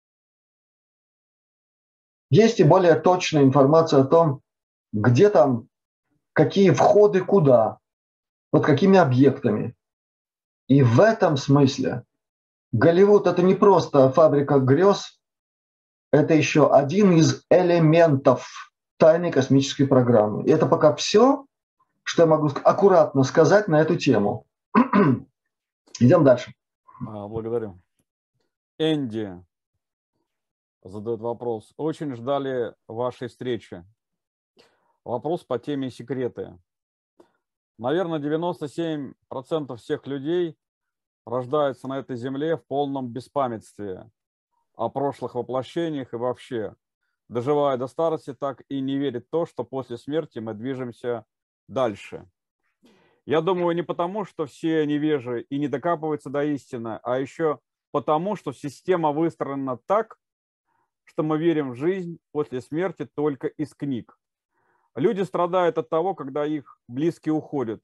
Есть и более точная информация о том, где там, какие входы куда, под какими объектами. И в этом смысле Голливуд – это не просто фабрика грез, это еще один из элементов тайной космической программы. И это пока все, что я могу аккуратно сказать на эту тему. Идем дальше. Благодарю. Энди задает вопрос. Очень ждали вашей встречи. Вопрос по теме секреты. Наверное, 97% всех людей рождаются на этой земле в полном беспамятстве о прошлых воплощениях и вообще, доживая до старости, так и не верит в то, что после смерти мы движемся дальше. Я думаю, не потому, что все невежи и не докапываются до истины, а еще потому, что система выстроена так, что мы верим в жизнь после смерти только из книг. Люди страдают от того, когда их близкие уходят.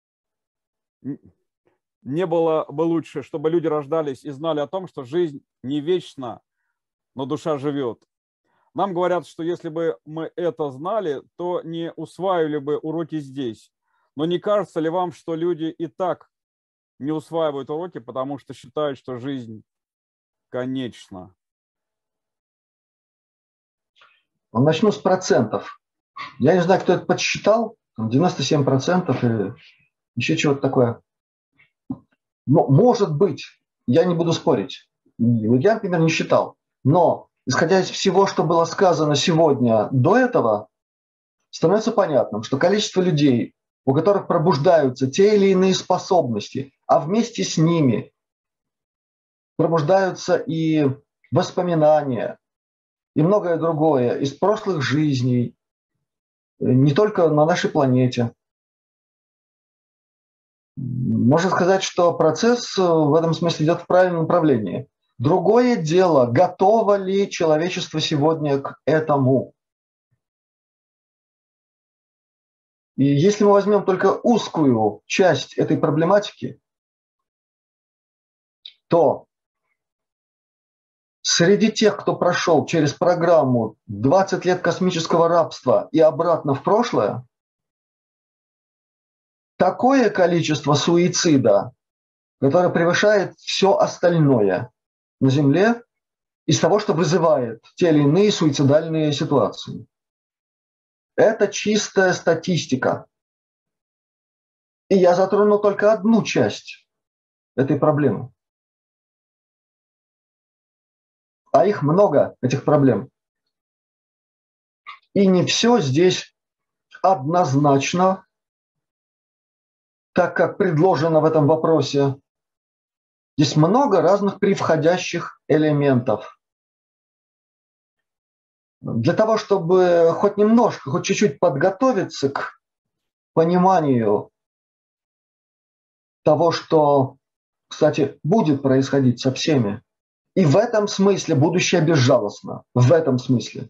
Не было бы лучше, чтобы люди рождались и знали о том, что жизнь не вечна, но душа живет. Нам говорят, что если бы мы это знали, то не усваивали бы уроки здесь. Но не кажется ли вам, что люди и так не усваивают уроки, потому что считают, что жизнь конечна? Начну с процентов. Я не знаю, кто это подсчитал, 97% или еще чего-то такое. Но, может быть, я не буду спорить. Я, например, не считал. Но, исходя из всего, что было сказано сегодня до этого, становится понятным, что количество людей, у которых пробуждаются те или иные способности, а вместе с ними пробуждаются и воспоминания, и многое другое из прошлых жизней, не только на нашей планете. Можно сказать, что процесс в этом смысле идет в правильном направлении. Другое дело, готово ли человечество сегодня к этому. И если мы возьмем только узкую часть этой проблематики, то среди тех, кто прошел через программу 20 лет космического рабства и обратно в прошлое, такое количество суицида, которое превышает все остальное на Земле, из того, что вызывает те или иные суицидальные ситуации. Это чистая статистика. И я затрону только одну часть этой проблемы. А их много, этих проблем. И не все здесь однозначно, так как предложено в этом вопросе. Здесь много разных превходящих элементов. Для того, чтобы хоть немножко, хоть чуть-чуть подготовиться к пониманию того, что, кстати, будет происходить со всеми, и в этом смысле будущее безжалостно. В этом смысле.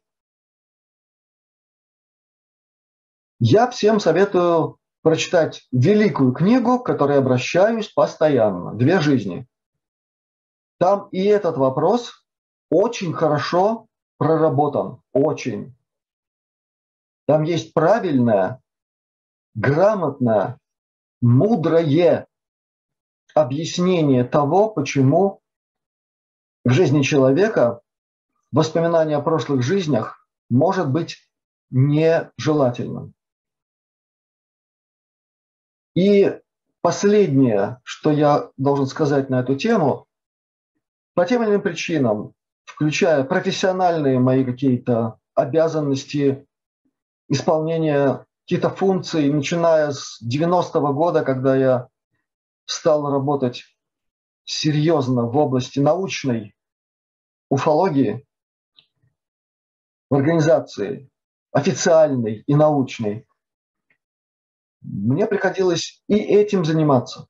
Я всем советую прочитать великую книгу, к которой обращаюсь постоянно. «Две жизни». Там и этот вопрос очень хорошо проработан. Очень. Там есть правильное, грамотное, мудрое объяснение того, почему в жизни человека воспоминание о прошлых жизнях может быть нежелательным. И последнее, что я должен сказать на эту тему, по тем или иным причинам, включая профессиональные мои какие-то обязанности, исполнения каких-то функций, начиная с 90-го года, когда я стал работать серьезно в области научной уфологии, в организации официальной и научной, мне приходилось и этим заниматься.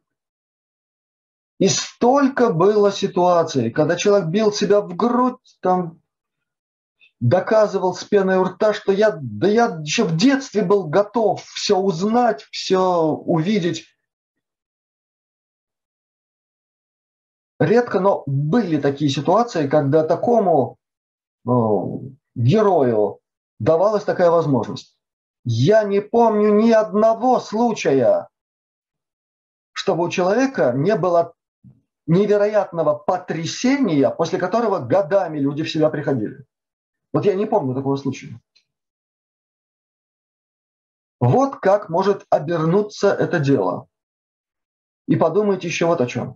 И столько было ситуаций, когда человек бил себя в грудь, там, доказывал с пеной у рта, что я еще в детстве был готов все узнать, все увидеть. Редко, но были такие ситуации, когда такому герою давалась такая возможность. Я не помню ни одного случая, чтобы у человека не было невероятного потрясения, после которого годами люди в себя приходили. Вот я не помню такого случая. Вот как может обернуться это дело. И подумайте еще вот о чем.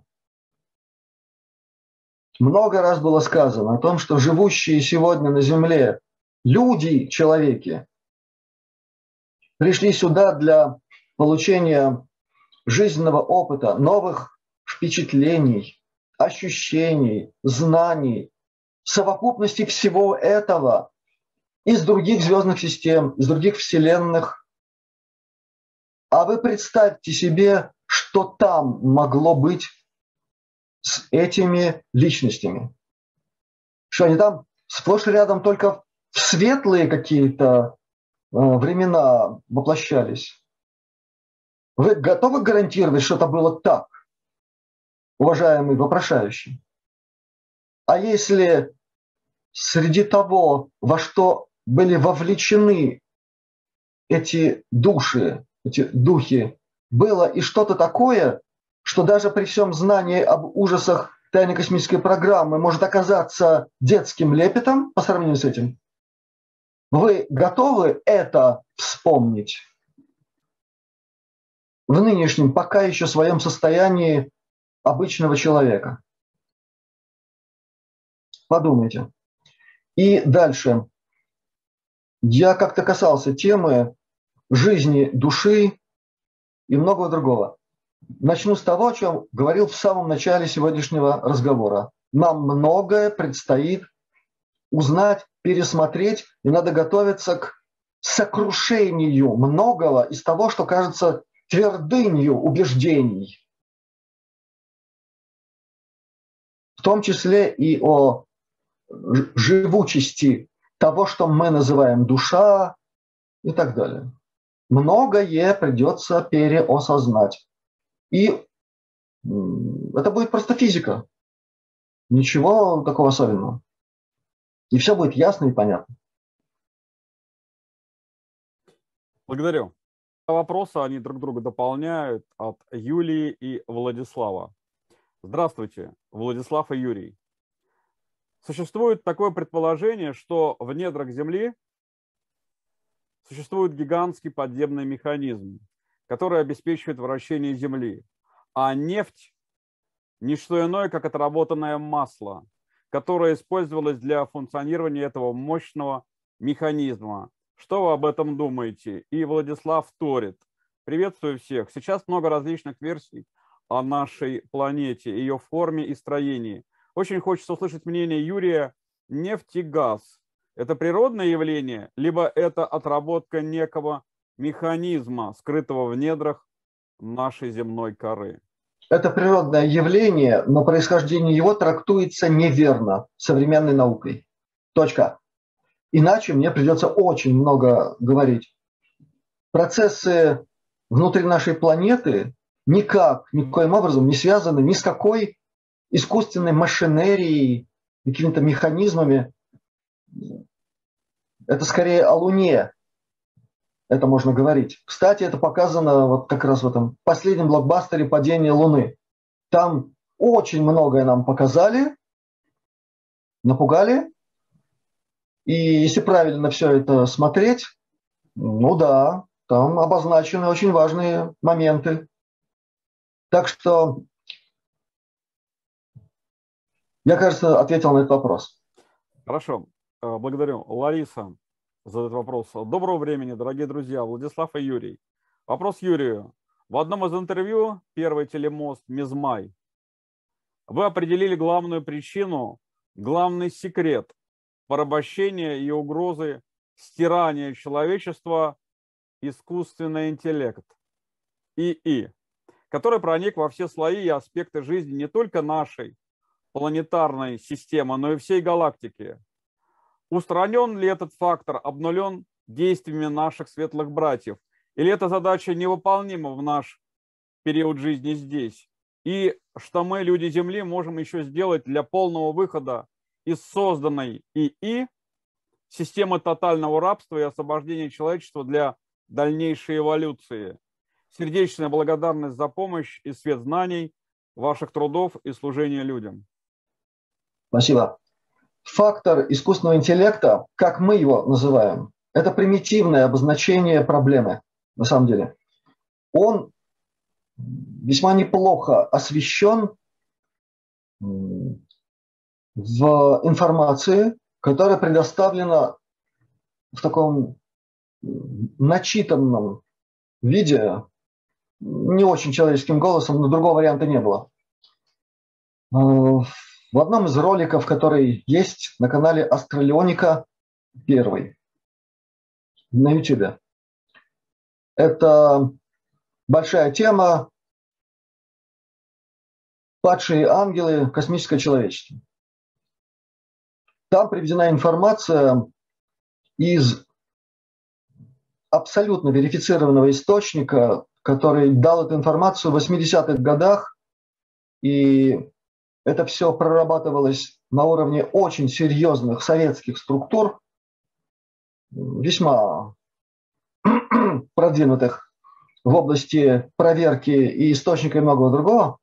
Много раз было сказано о том, что живущие сегодня на Земле люди, человеки, пришли сюда для получения жизненного опыта, новых впечатлений, ощущений, знаний, совокупности всего этого из других звездных систем, из других вселенных. А вы представьте себе, что там могло быть с этими личностями. Что они там сплошь и рядом только в светлые какие-то времена воплощались. Вы готовы гарантировать, что это было так, уважаемый вопрошающий? А если среди того, во что были вовлечены эти души, эти духи, было и что-то такое, что даже при всем знании об ужасах тайной космической программы может оказаться детским лепетом по сравнению с этим? Вы готовы это вспомнить в нынешнем, пока еще своем состоянии обычного человека? Подумайте. И дальше. Я как-то касался темы жизни души и многого другого. Начну с того, о чем говорил в самом начале сегодняшнего разговора. Нам многое предстоит узнать, пересмотреть, и надо готовиться к сокрушению многого из того, что кажется твердынью убеждений. В том числе и о живучести того, что мы называем душа и так далее. Многое придется переосознать. И это будет просто физика. Ничего такого особенного. И все будет ясно и понятно. Благодарю. Вопросы, они друг друга дополняют, от Юлии и Владислава. Здравствуйте, Владислав и Юрий. Существует такое предположение, что в недрах Земли существует гигантский подземный механизм, который обеспечивает вращение Земли, а нефть – не что иное, как отработанное масло, которое использовалось для функционирования этого мощного механизма. Что вы об этом думаете? И Владислав вторит. Приветствую всех. Сейчас много различных версий о нашей планете, ее форме и строении. Очень хочется услышать мнение Юрия. Нефть и газ – это природное явление, либо это отработка некого механизма, скрытого в недрах нашей земной коры? Это природное явление, но происхождение его трактуется неверно современной наукой. Точка. Иначе мне придется очень много говорить. Процессы внутри нашей планеты никоим образом не связаны ни с какой искусственной машинерией, какими-то механизмами. Это скорее о Луне. Это можно говорить. Кстати, это показано вот как раз в этом последнем блокбастере «Падение Луны». Там очень многое нам показали, напугали. И если правильно все это смотреть, ну да, там обозначены очень важные моменты. Так что я, кажется, ответил на этот вопрос. Хорошо, благодарю. Лариса задает вопрос. Доброго времени, дорогие друзья, Владислав и Юрий. Вопрос Юрию. В одном из интервью «Первый телемост Мизмай» вы определили главную причину, главный секрет порабощения и угрозы стирания человечества искусственный интеллект, ИИ, который проник во все слои и аспекты жизни не только нашей планетарной системы, но и всей галактики. Устранен ли этот фактор, обнулен действиями наших светлых братьев? Или эта задача невыполнима в наш период жизни здесь? И что мы, люди Земли, можем еще сделать для полного выхода из созданной ИИ системы тотального рабства и освобождения человечества для дальнейшей эволюции? Сердечная благодарность за помощь и свет знаний, ваших трудов и служения людям. Спасибо. Фактор искусственного интеллекта, как мы его называем, это примитивное обозначение проблемы, на самом деле. Он весьма неплохо освещен в информации, которая предоставлена в таком начитанном виде, не очень человеческим голосом, но другого варианта не было. В одном из роликов, который есть на канале Астралионика 1 на YouTube. Это большая тема «Падшие ангелы. Космическое человечество». Там приведена информация из абсолютно верифицированного источника, который дал эту информацию в 80-х годах, и это все прорабатывалось на уровне очень серьезных советских структур, весьма продвинутых в области проверки и источника и многого другого.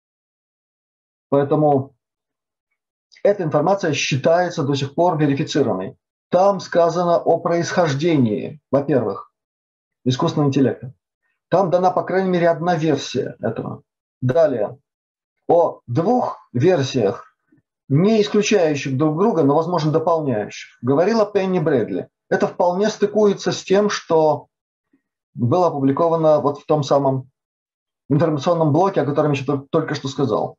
Поэтому эта информация считается до сих пор верифицированной. Там сказано о происхождении, во-первых, искусственного интеллекта. Там дана, по крайней мере, одна версия этого. Далее, о двух версиях, не исключающих друг друга, но, возможно, дополняющих, говорила Пенни Брэдли. Это вполне стыкуется с тем, что было опубликовано вот в том самом информационном блоке, о котором я только что сказал.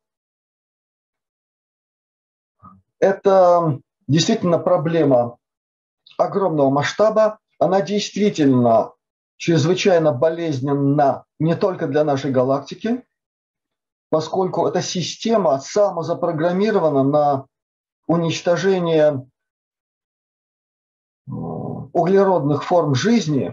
Это действительно проблема огромного масштаба. Она действительно чрезвычайно болезненна не только для нашей галактики, поскольку эта система самозапрограммирована на уничтожение углеродных форм жизни,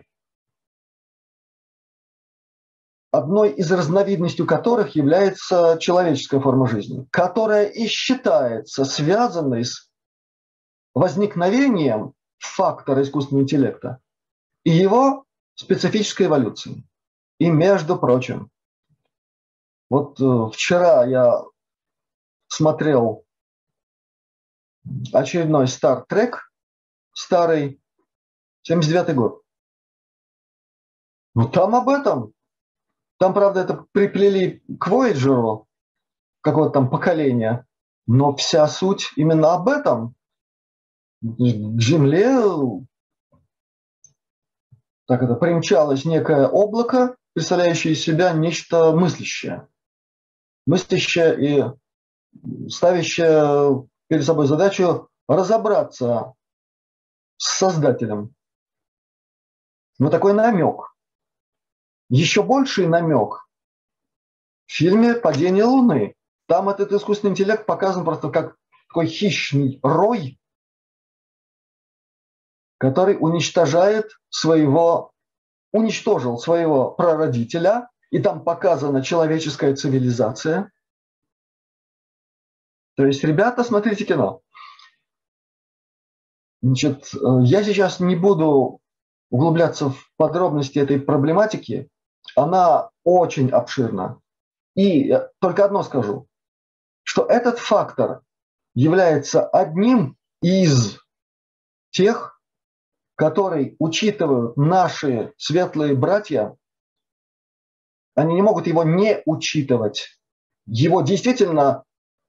одной из разновидностей которых является человеческая форма жизни, которая и считается связанной с возникновением фактора искусственного интеллекта и его специфической эволюцией. И, между прочим, вот вчера я смотрел очередной Star Trek, старый, 79-й год. Ну, там об этом. Там, правда, это приплели к Voyager какого-то там поколения, но вся суть именно об этом. К Земле так это примчалось некое облако, представляющее из себя нечто мыслящее. Мыслящее и ставящее перед собой задачу разобраться с Создателем. Но такой намек. Еще больший намек в фильме «Падение Луны». Там этот искусственный интеллект показан просто как такой хищный рой, который уничтожил своего прародителя, и там показана человеческая цивилизация. То есть, ребята, смотрите кино. Значит, я сейчас не буду углубляться в подробности этой проблематики. Она очень обширна. И только одно скажу, что этот фактор является одним из тех, который учитывают наши светлые братья. Они не могут его не учитывать. Его действительно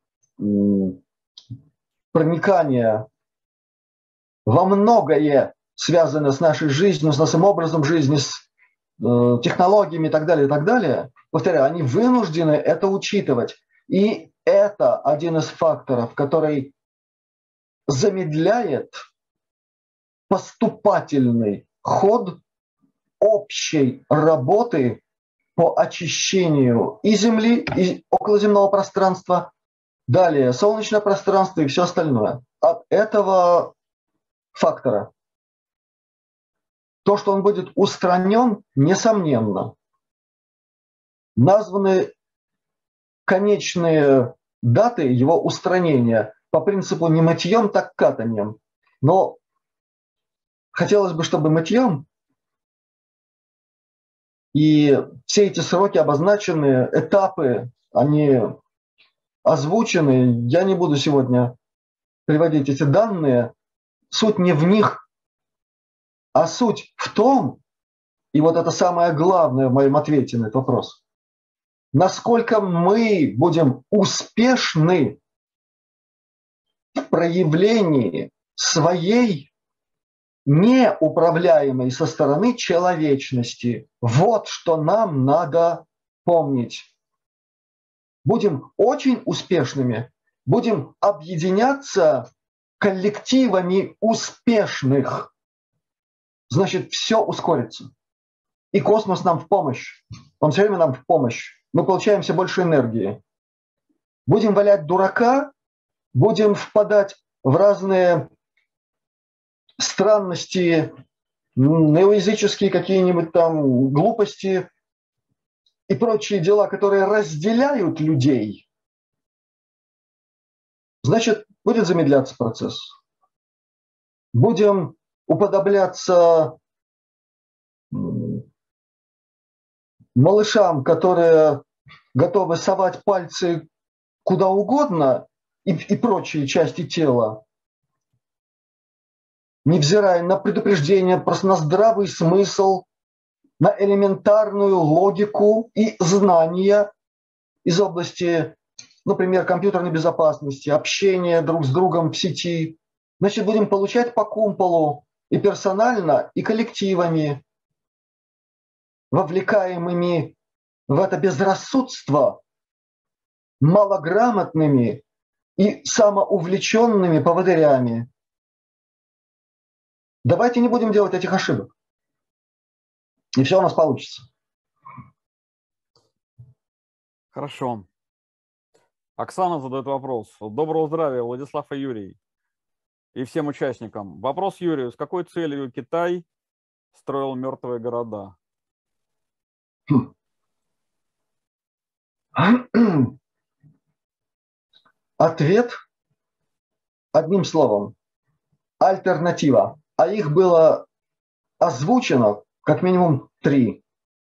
проникание во многое связано с нашей жизнью, с нашим образом жизни, с технологиями и так далее, и так далее. Повторяю, они вынуждены это учитывать. И это один из факторов, который замедляет поступательный ход общей работы по очищению и Земли, и околоземного пространства, далее солнечное пространство и все остальное. От этого фактора. То, что он будет устранен, несомненно. Названы конечные даты его устранения по принципу не мытьем, так катанием. Но хотелось бы, чтобы мытьем. И все эти сроки обозначены, этапы, они озвучены. Я не буду сегодня приводить эти данные. Суть не в них, а суть в том, и вот это самое главное в моем ответе на этот вопрос, насколько мы будем успешны в проявлении своей неуправляемой со стороны человечности. Вот что нам надо помнить. Будем очень успешными, будем объединяться коллективами успешных. Значит, все ускорится. И космос нам в помощь. Он все время нам в помощь. Мы получаем все больше энергии. Будем валять дурака, будем впадать в разные странности, неоязыческие какие-нибудь там глупости и прочие дела, которые разделяют людей. Значит, будет замедляться процесс. Будем уподобляться малышам, которые готовы совать пальцы куда угодно и прочие части тела, невзирая на предупреждение, просто на здравый смысл, на элементарную логику и знания из области, например, компьютерной безопасности, общения друг с другом в сети. Значит, будем получать по кумполу и персонально, и коллективами, вовлекаемыми в это безрассудство, малограмотными и самоувлеченными поводырями. Давайте не будем делать этих ошибок. И все у нас получится. Хорошо. Оксана задает вопрос. Доброго здравия, Владислав и Юрий. И всем участникам. Вопрос Юрию. С какой целью Китай строил мертвые города? Ответ одним словом. Альтернатива. А их было озвучено как минимум 3.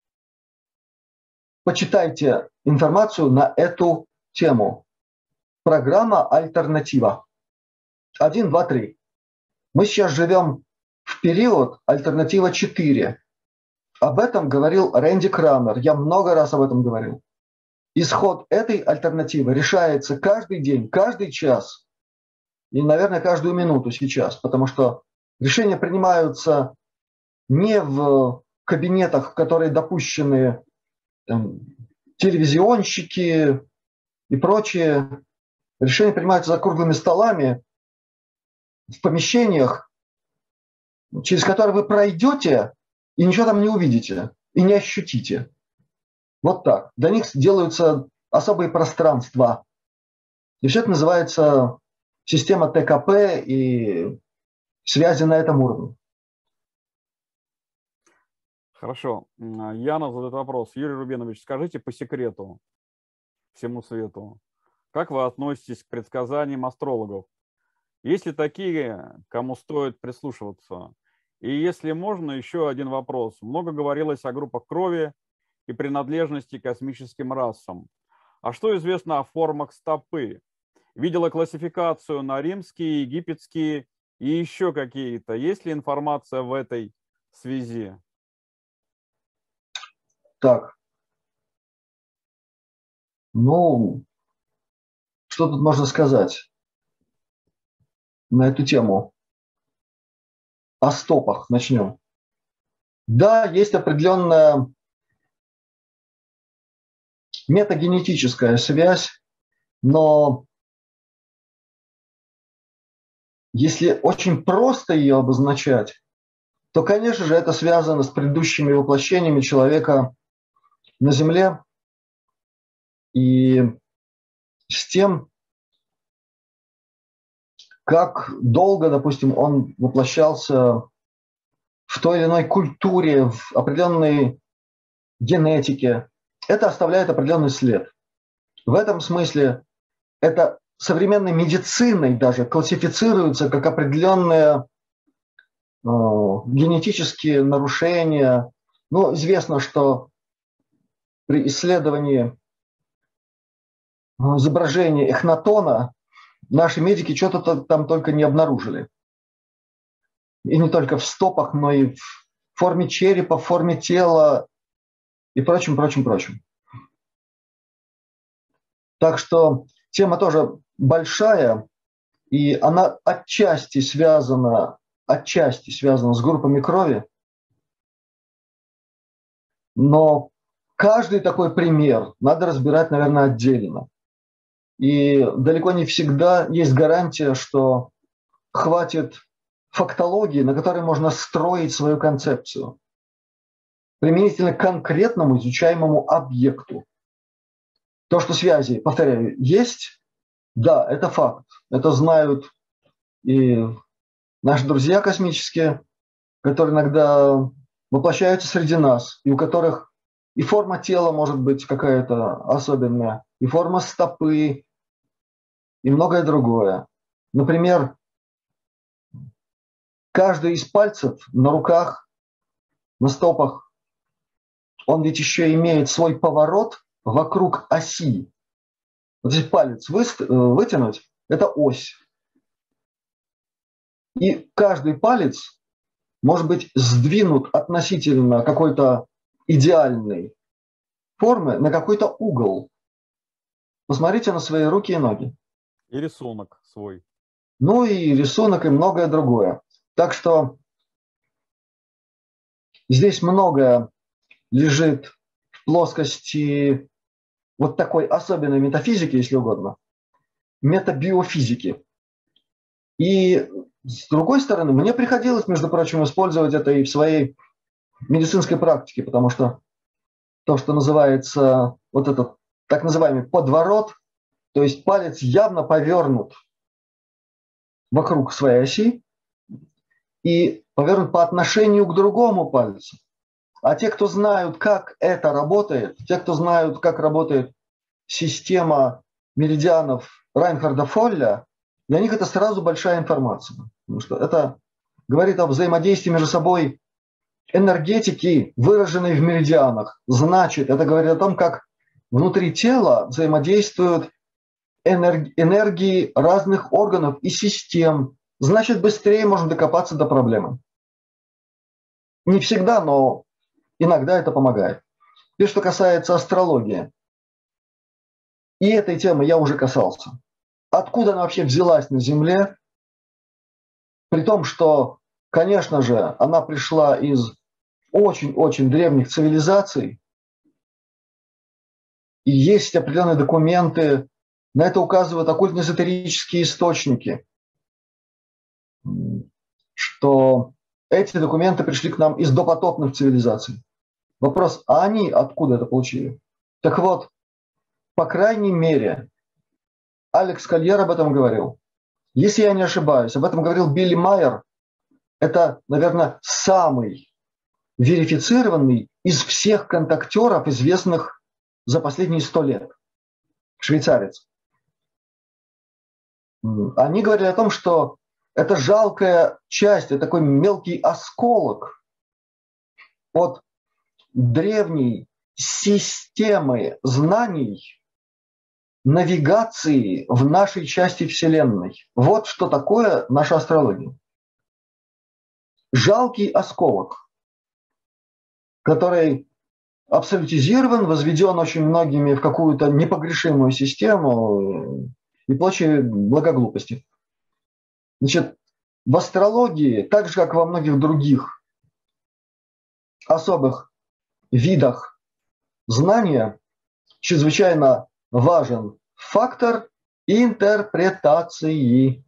Почитайте информацию на эту тему. Программа «Альтернатива». 1, 2, 3. Мы сейчас живем в период «Альтернатива 4». Об этом говорил Рэнди Крамер. Я много раз об этом говорил. Исход этой альтернативы решается каждый день, каждый час и, наверное, каждую минуту сейчас, потому что решения принимаются не в кабинетах, в которые допущены телевизионщики и прочие. Решения принимаются за круглыми столами, в помещениях, через которые вы пройдете и ничего там не увидите и не ощутите. Вот так. Для них делаются особые пространства. И все это называется система ТКП и связи на этом уровне. Хорошо. Яна задает вопрос. Юрий Рубинович, скажите по секрету всему свету, как вы относитесь к предсказаниям астрологов? Есть ли такие, кому стоит прислушиваться? И если можно, еще один вопрос. Много говорилось о группах крови и принадлежности к космическим расам. А что известно о формах стопы? Видела классификацию на римские, египетские и еще какие-то. Есть ли информация в этой связи? Так. Ну, что тут можно сказать на эту тему? О стопах начнем. Да, есть определенная метагенетическая связь, но если очень просто ее обозначать, то, конечно же, это связано с предыдущими воплощениями человека на Земле и с тем, как долго, допустим, он воплощался в той или иной культуре, в определенной генетике. Это оставляет определенный след. В этом смысле это современной медициной даже классифицируется как определенные генетические нарушения. Ну, известно, что при исследовании изображения эхнатона наши медики что-то там только не обнаружили. И не только в стопах, но и в форме черепа, в форме тела и прочим. Так что тема тоже большая, и она отчасти связана с группами крови, но каждый такой пример надо разбирать, наверное, отдельно. И далеко не всегда есть гарантия, что хватит фактологии, на которой можно строить свою концепцию, применительно к конкретному изучаемому объекту. То, что связи, повторяю, есть, да, это факт. Это знают и наши друзья космические, которые иногда воплощаются среди нас, и у которых и форма тела может быть какая-то особенная, и форма стопы, и многое другое. Например, каждый из пальцев на руках, на стопах, он ведь еще имеет свой поворот вокруг оси. Вот здесь палец вытянуть – это ось. И каждый палец может быть сдвинут относительно какой-то идеальной формы на какой-то угол. Посмотрите на свои руки и ноги. И рисунок свой. Ну и рисунок, и многое другое. Так что здесь многое лежит в плоскости вот такой особенной метафизики, если угодно, метабиофизики. И с другой стороны, мне приходилось, между прочим, использовать это и в своей медицинской практике, потому что то, что называется вот этот так называемый подворот, то есть палец явно повернут вокруг своей оси и повернут по отношению к другому пальцу. А те, кто знают, как это работает, те, кто знают, как работает система меридианов Райнхарда Фолля, для них это сразу большая информация. Потому что это говорит о взаимодействии между собой энергетики, выраженной в меридианах. Значит, это говорит о том, как внутри тела взаимодействуют энергии разных органов и систем. Значит, быстрее можно докопаться до проблемы. Не всегда, но иногда это помогает. И что касается астрологии. И этой темы я уже касался. Откуда она вообще взялась на Земле? При том, что, конечно же, она пришла из очень-очень древних цивилизаций. И есть определенные документы, на это указывают оккультно-эзотерические источники, что эти документы пришли к нам из допотопных цивилизаций. Вопрос, а они откуда это получили? Так вот, по крайней мере, Алекс Кольер об этом говорил. Если я не ошибаюсь, об этом говорил Билли Майер. Это, наверное, самый верифицированный из всех контактеров, известных за последние 100 лет. Швейцарец. Они говорили о том, что это жалкая часть, это такой мелкий осколок от древней системы знаний навигации в нашей части Вселенной. Вот что такое наша астрология. Жалкий осколок, который абсолютизирован, возведен очень многими в какую-то непогрешимую систему и прочие благоглупости. Значит, в астрологии, так же, как во многих других особых видах знания, чрезвычайно важен фактор интерпретации.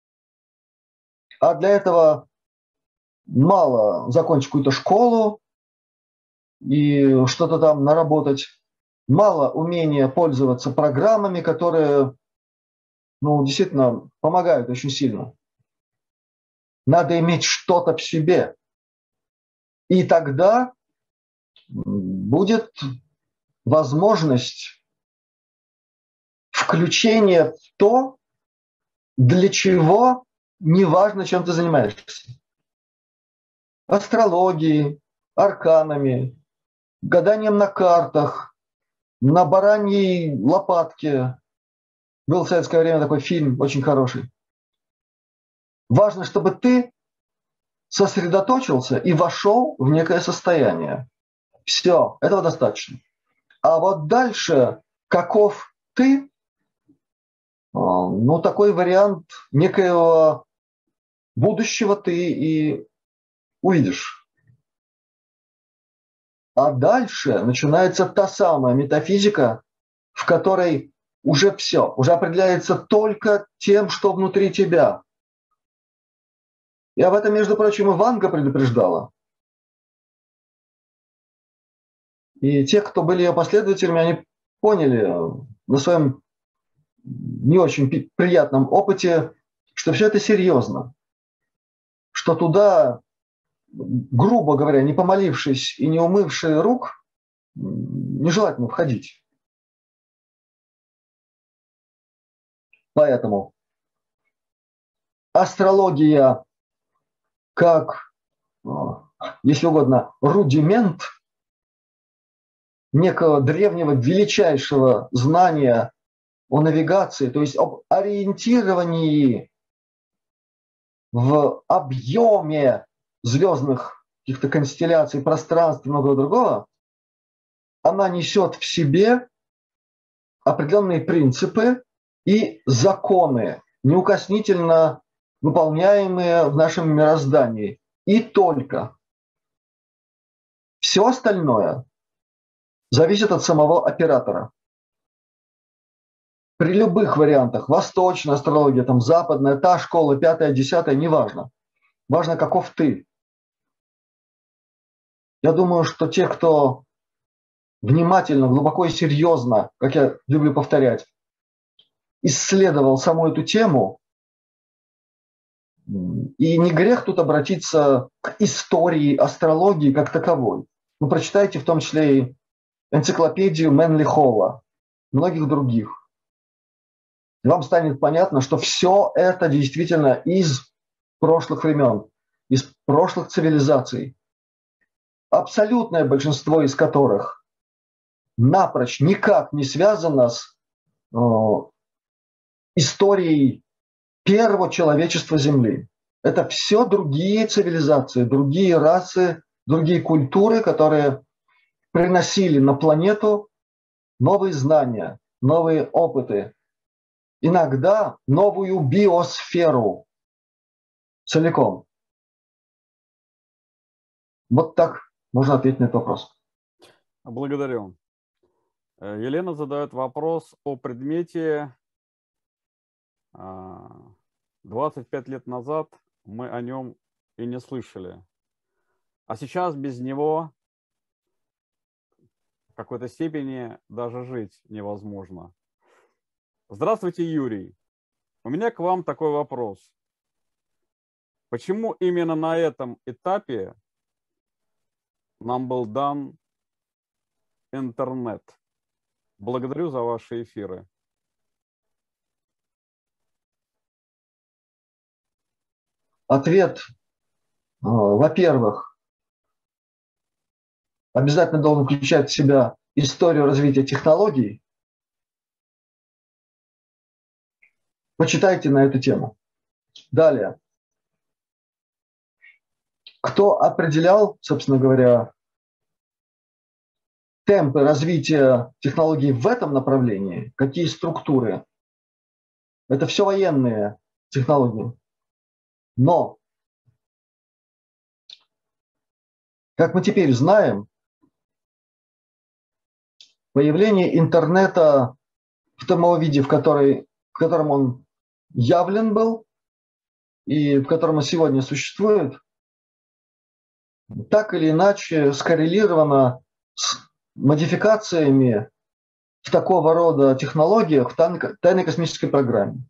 А для этого мало закончить какую-то школу и что-то там наработать, мало умения пользоваться программами, которые, действительно помогают очень сильно. Надо иметь что-то в себе. И тогда будет возможность включения в то, для чего неважно, чем ты занимаешься. Астрологией, арканами, гаданием на картах, на бараньей лопатке. Был в советское время такой фильм, очень хороший. Важно, чтобы ты сосредоточился и вошел в некое состояние. Все, этого достаточно. А вот дальше, каков ты, такой вариант некоего будущего ты и увидишь. А дальше начинается та самая метафизика, в которой уже все, уже определяется только тем, что внутри тебя. И об этом, между прочим, и Ванга предупреждала. И те, кто были ее последователями, они поняли на своем не очень приятном опыте, что все это серьезно. Что туда, грубо говоря, не помолившись и не умывшие рук, нежелательно входить. Поэтому астрология как, если угодно, рудимент некого древнего величайшего знания о навигации, то есть об ориентировании в объеме звездных каких-то констелляций, пространств и многого другого, она несет в себе определенные принципы и законы, неукоснительно выполняемые в нашем мироздании. И только. Все остальное зависит от самого оператора. При любых вариантах, восточная астрология, там, западная, та школа, 5-я, 10-я, неважно. Важно, каков ты. Я думаю, что те, кто внимательно, глубоко и серьезно, как я люблю повторять, исследовал саму эту тему, и не грех тут обратиться к истории астрологии как таковой. Вы прочитайте в том числе и энциклопедию Мэнли Холла, многих других. И вам станет понятно, что все это действительно из прошлых времен, из прошлых цивилизаций, абсолютное большинство из которых напрочь никак не связано с историей первого человечества Земли. Это все другие цивилизации, другие расы, другие культуры, которые приносили на планету новые знания, новые опыты, иногда новую биосферу целиком. Вот так можно ответить на этот вопрос. Благодарю. Елена задает вопрос о предмете. 25 лет назад мы о нем и не слышали. А сейчас без него в какой-то степени даже жить невозможно. Здравствуйте, Юрий. У меня к вам такой вопрос. Почему именно на этом этапе нам был дан интернет? Благодарю за ваши эфиры. Ответ, во-первых, обязательно должен включать в себя историю развития технологий. Почитайте на эту тему. Далее. Кто определял, собственно говоря, темпы развития технологий в этом направлении? Какие структуры? Это все военные технологии. Но, как мы теперь знаем, появление интернета в том виде, в котором он явлен был и в котором он сегодня существует, так или иначе скоррелировано с модификациями в такого рода технологиях в тайной космической программе.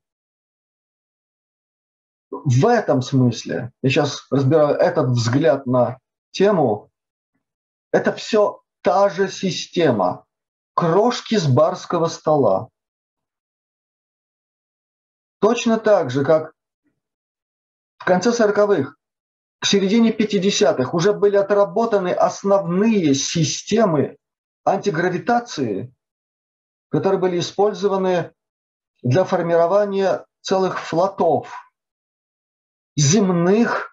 В этом смысле, я сейчас разбираю этот взгляд на тему, это все та же система, крошки с барского стола. Точно так же, как в конце 40-х, к середине 50-х уже были отработаны основные системы антигравитации, которые были использованы для формирования целых флотов земных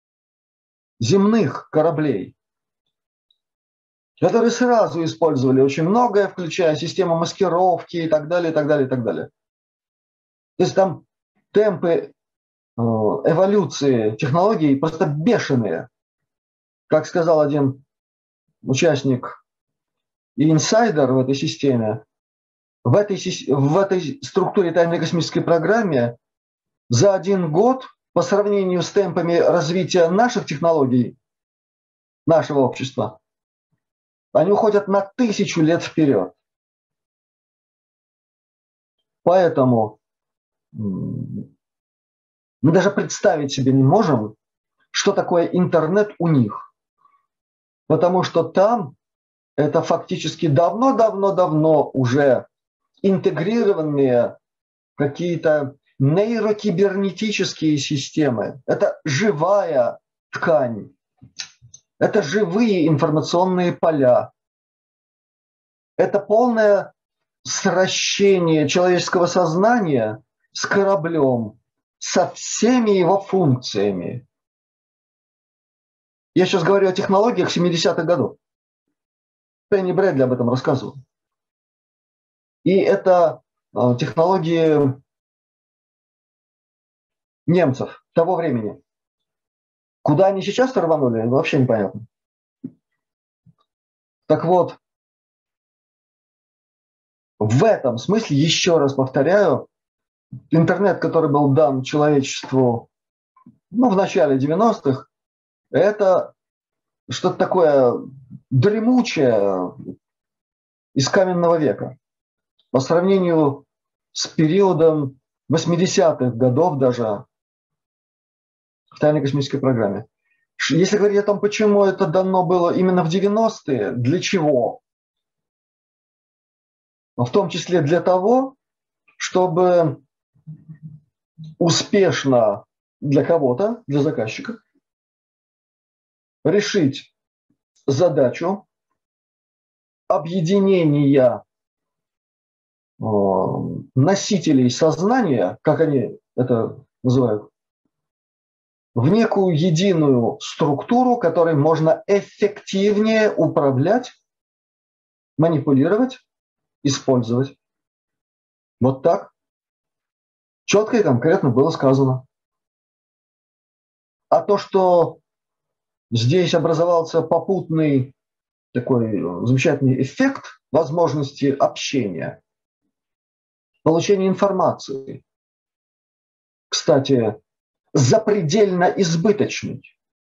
кораблей, которые сразу использовали очень многое, включая систему маскировки и так далее, и так далее, и так далее. То есть там темпы эволюции технологий просто бешеные. Как сказал один участник и инсайдер в этой системе, в этой структуре тайной космической программе за 1 год по сравнению с темпами развития наших технологий, нашего общества, они уходят на 1000 лет вперед. Поэтому мы даже представить себе не можем, что такое интернет у них. Потому что там это фактически давно-давно-давно уже интегрированные какие-то нейрокибернетические системы. Это живая ткань. Это живые информационные поля. Это полное сращение человеческого сознания с кораблем, со всеми его функциями. Я сейчас говорю о технологиях 70-х годов. Пенни Брэдли об этом рассказывал. И это технологии немцев того времени. Куда они сейчас рванули, вообще непонятно. Так вот, в этом смысле, еще раз повторяю, интернет, который был дан человечеству в начале 90-х, это что-то такое дремучее из каменного века. По сравнению с периодом 80-х годов даже в тайной космической программе. Если говорить о том, почему это дано было именно в 90-е, для чего? В том числе для того, чтобы успешно для кого-то, для заказчика, решить задачу объединения носителей сознания, как они это называют, в некую единую структуру, которой можно эффективнее управлять, манипулировать, использовать. Вот так. Четко и конкретно было сказано. А то, что здесь образовался попутный такой замечательный эффект возможности общения, получения информации, кстати, запредельно избыточный.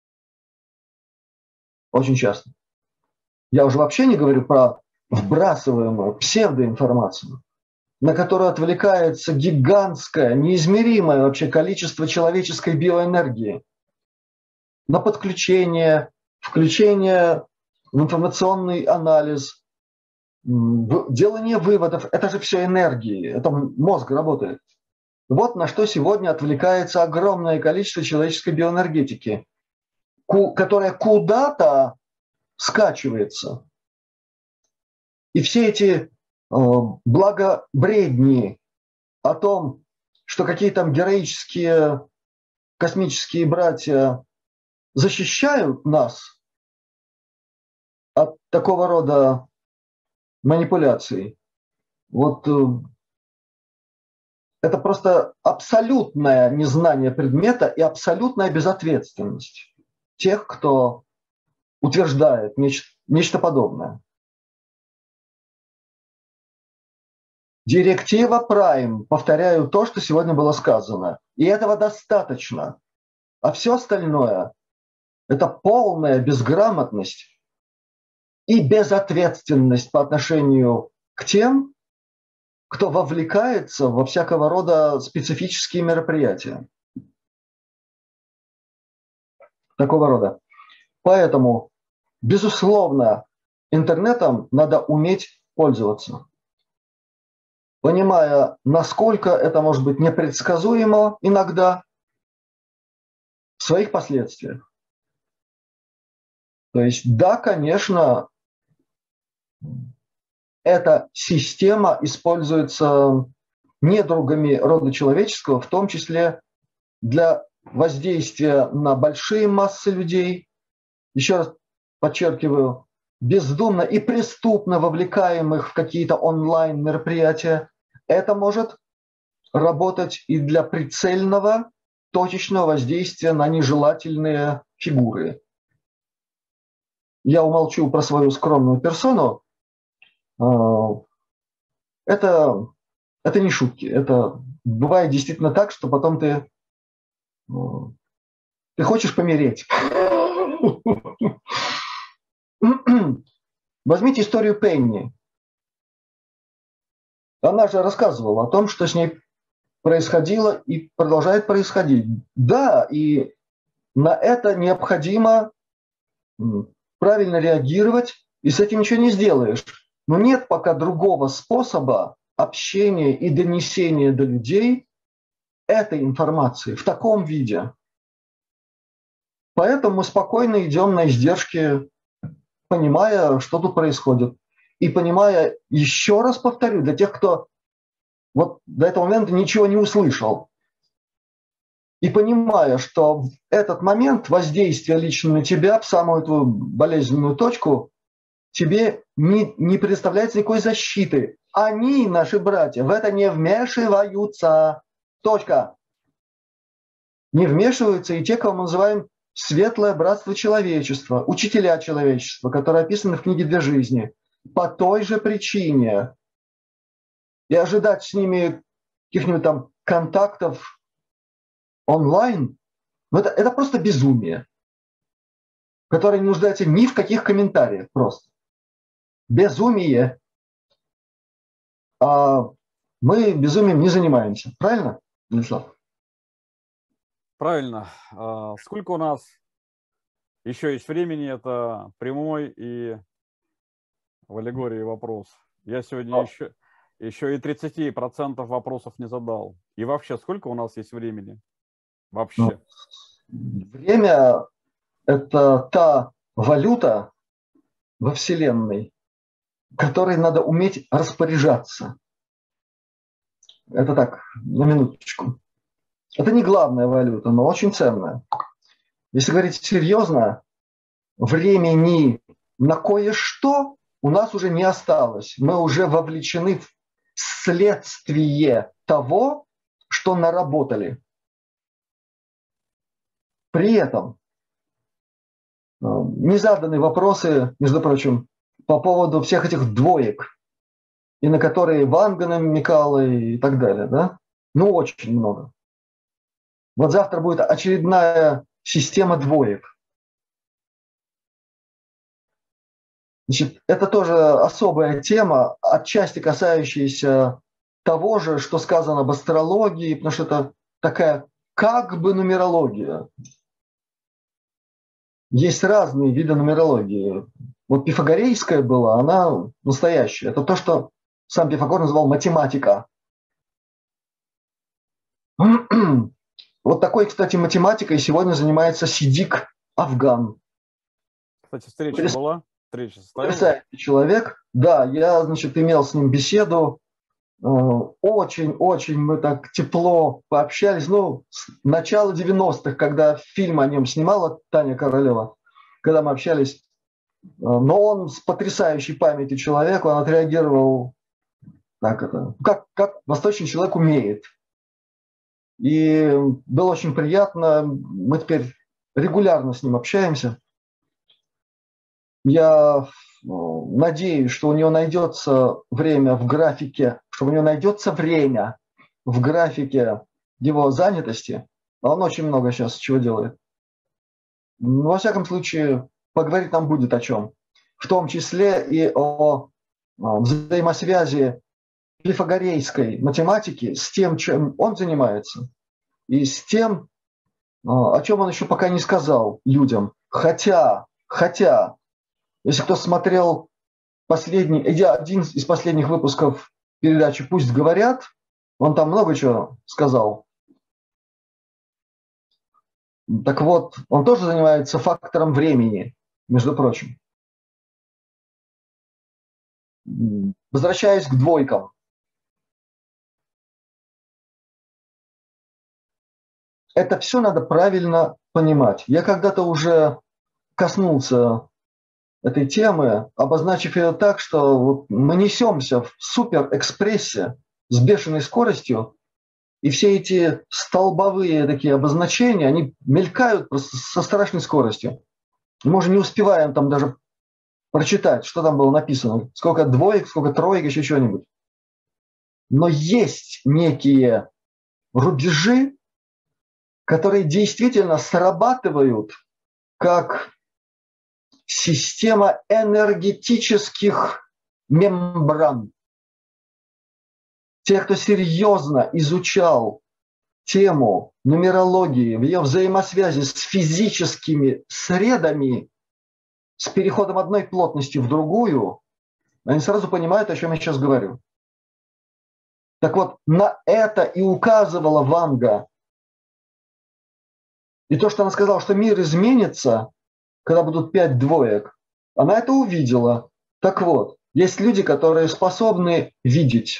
Очень часто. Я уже вообще не говорю про вбрасываемую псевдоинформацию, на которую отвлекается гигантское, неизмеримое вообще количество человеческой биоэнергии, на подключение, включение в информационный анализ, делание выводов. Это же все энергии, это мозг работает. Вот на что сегодня отвлекается огромное количество человеческой биоэнергетики, которая куда-то скачивается. И все эти благобредни о том, что какие там героические космические братья защищают нас от такого рода манипуляций, вот это просто абсолютное незнание предмета и абсолютная безответственность тех, кто утверждает нечто подобное. Директива Прайм, повторяю то, что сегодня было сказано. И этого достаточно. А все остальное – это полная безграмотность и безответственность по отношению к тем, кто вовлекается во всякого рода специфические мероприятия. Такого рода. Поэтому, безусловно, интернетом надо уметь пользоваться, понимая, насколько это может быть непредсказуемо иногда в своих последствиях. То есть, да, конечно, эта система используется недругами рода человеческого, в том числе для воздействия на большие массы людей, еще раз подчеркиваю, бездумно и преступно вовлекаемых в какие-то онлайн-мероприятия. Это может работать и для прицельного, точечного воздействия на нежелательные фигуры. Я умолчу про свою скромную персону. Это не шутки. Это бывает действительно так, что потом ты хочешь помереть. Возьмите историю Пенни. Она же рассказывала о том, что с ней происходило и продолжает происходить. Да, и на это необходимо правильно реагировать, и с этим ничего не сделаешь. Но нет пока другого способа общения и донесения до людей этой информации в таком виде. Поэтому мы спокойно идем на издержки, понимая, что тут происходит. И понимая, еще раз повторю, для тех, кто вот до этого момента ничего не услышал, и понимая, что в этот момент воздействия лично на тебя, в самую твою болезненную точку, тебе не представляется никакой защиты. Они, наши братья, в это не вмешиваются. Точка. Не вмешиваются и те, кого мы называем светлое братство человечества, учителя человечества, которые описаны в книге «Две жизни». По той же причине. И ожидать с ними каких-нибудь там контактов онлайн, это просто безумие, которое не нуждается ни в каких комментариях просто. Безумие. А мы безумием не занимаемся. Правильно, Владислав? Правильно. Сколько у нас еще есть времени? Это прямой и в аллегории вопрос. Я сегодня еще и 30% вопросов не задал. И вообще, сколько у нас есть времени? Вообще. Время – это та валюта во Вселенной, которой надо уметь распоряжаться. Это так, на минуточку. Это не главная валюта, но очень ценная. Если говорить серьезно, времени на кое-что у нас уже не осталось. Мы уже вовлечены в следствие того, что наработали. При этом не заданы вопросы, между прочим, по поводу всех этих двоек, и на которые Ванга намекала и так далее. Да? Ну, очень много. Вот завтра будет очередная система двоек. Значит, это тоже особая тема, отчасти касающаяся того же, что сказано об астрологии, потому что это такая как бы нумерология. Есть разные виды нумерологии. Вот пифагорейская была, она настоящая. Это то, что сам Пифагор называл математика. Вот такой, кстати, математикой сегодня занимается Сидик Афган. Кстати, встреча была? Встреча состоялась? Потрясающий человек. Да, я, значит, имел с ним беседу. Очень-очень мы так тепло пообщались. Ну, с начала 90-х, когда фильм о нем снимала Таня Королева, когда мы общались. Но он с потрясающей памятью человек, он отреагировал как восточный человек умеет. И было очень приятно. Мы теперь регулярно с ним общаемся. Я надеюсь, что у него найдется время в графике, что у него найдется время в графике его занятости. А он очень много сейчас чего делает. Но, во всяком случае, поговорить нам будет о чем. В том числе и о взаимосвязи пифагорейской математики с тем, чем он занимается, и с тем, о чем он еще пока не сказал людям. Хотя, если кто смотрел один из последних выпусков передачи «Пусть говорят», он там много чего сказал. Так вот, он тоже занимается фактором времени, между прочим. Возвращаясь к двойкам. Это все надо правильно понимать. Я когда-то уже коснулся этой темы, обозначив ее так, что вот мы несемся в суперэкспрессе с бешеной скоростью, и все эти столбовые такие обозначения, они мелькают просто со страшной скоростью. Мы уже не успеваем там даже прочитать, что там было написано, сколько двоек, сколько троек, еще что-нибудь. Но есть некие рубежи, которые действительно срабатывают как система энергетических мембран. Те, кто серьезно изучал тему нумерологии в ее взаимосвязи с физическими средами, с переходом одной плотности в другую, они сразу понимают, о чем я сейчас говорю. Так вот, на это и указывала Ванга. И то, что она сказала, что мир изменится, когда будут 5 двоек, она это увидела. Так вот, есть люди, которые способны видеть.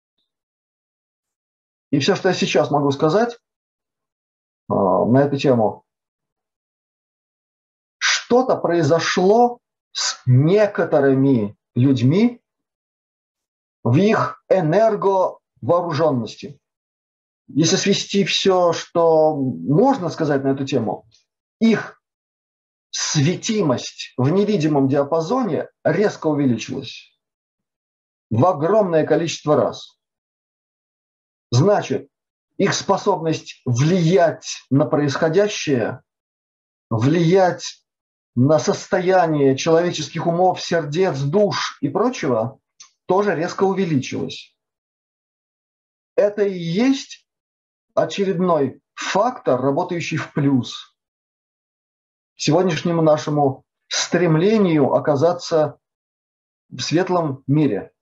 И все, что я сейчас могу сказать на эту тему, что-то произошло с некоторыми людьми в их энерговооруженности. Если свести все, что можно сказать на эту тему, их светимость в невидимом диапазоне резко увеличилась в огромное количество раз. Значит, их способность влиять на происходящее, влиять на состояние человеческих умов, сердец, душ и прочего тоже резко увеличилась. Это и есть очередной фактор, работающий в плюс сегодняшнему нашему стремлению оказаться в светлом мире.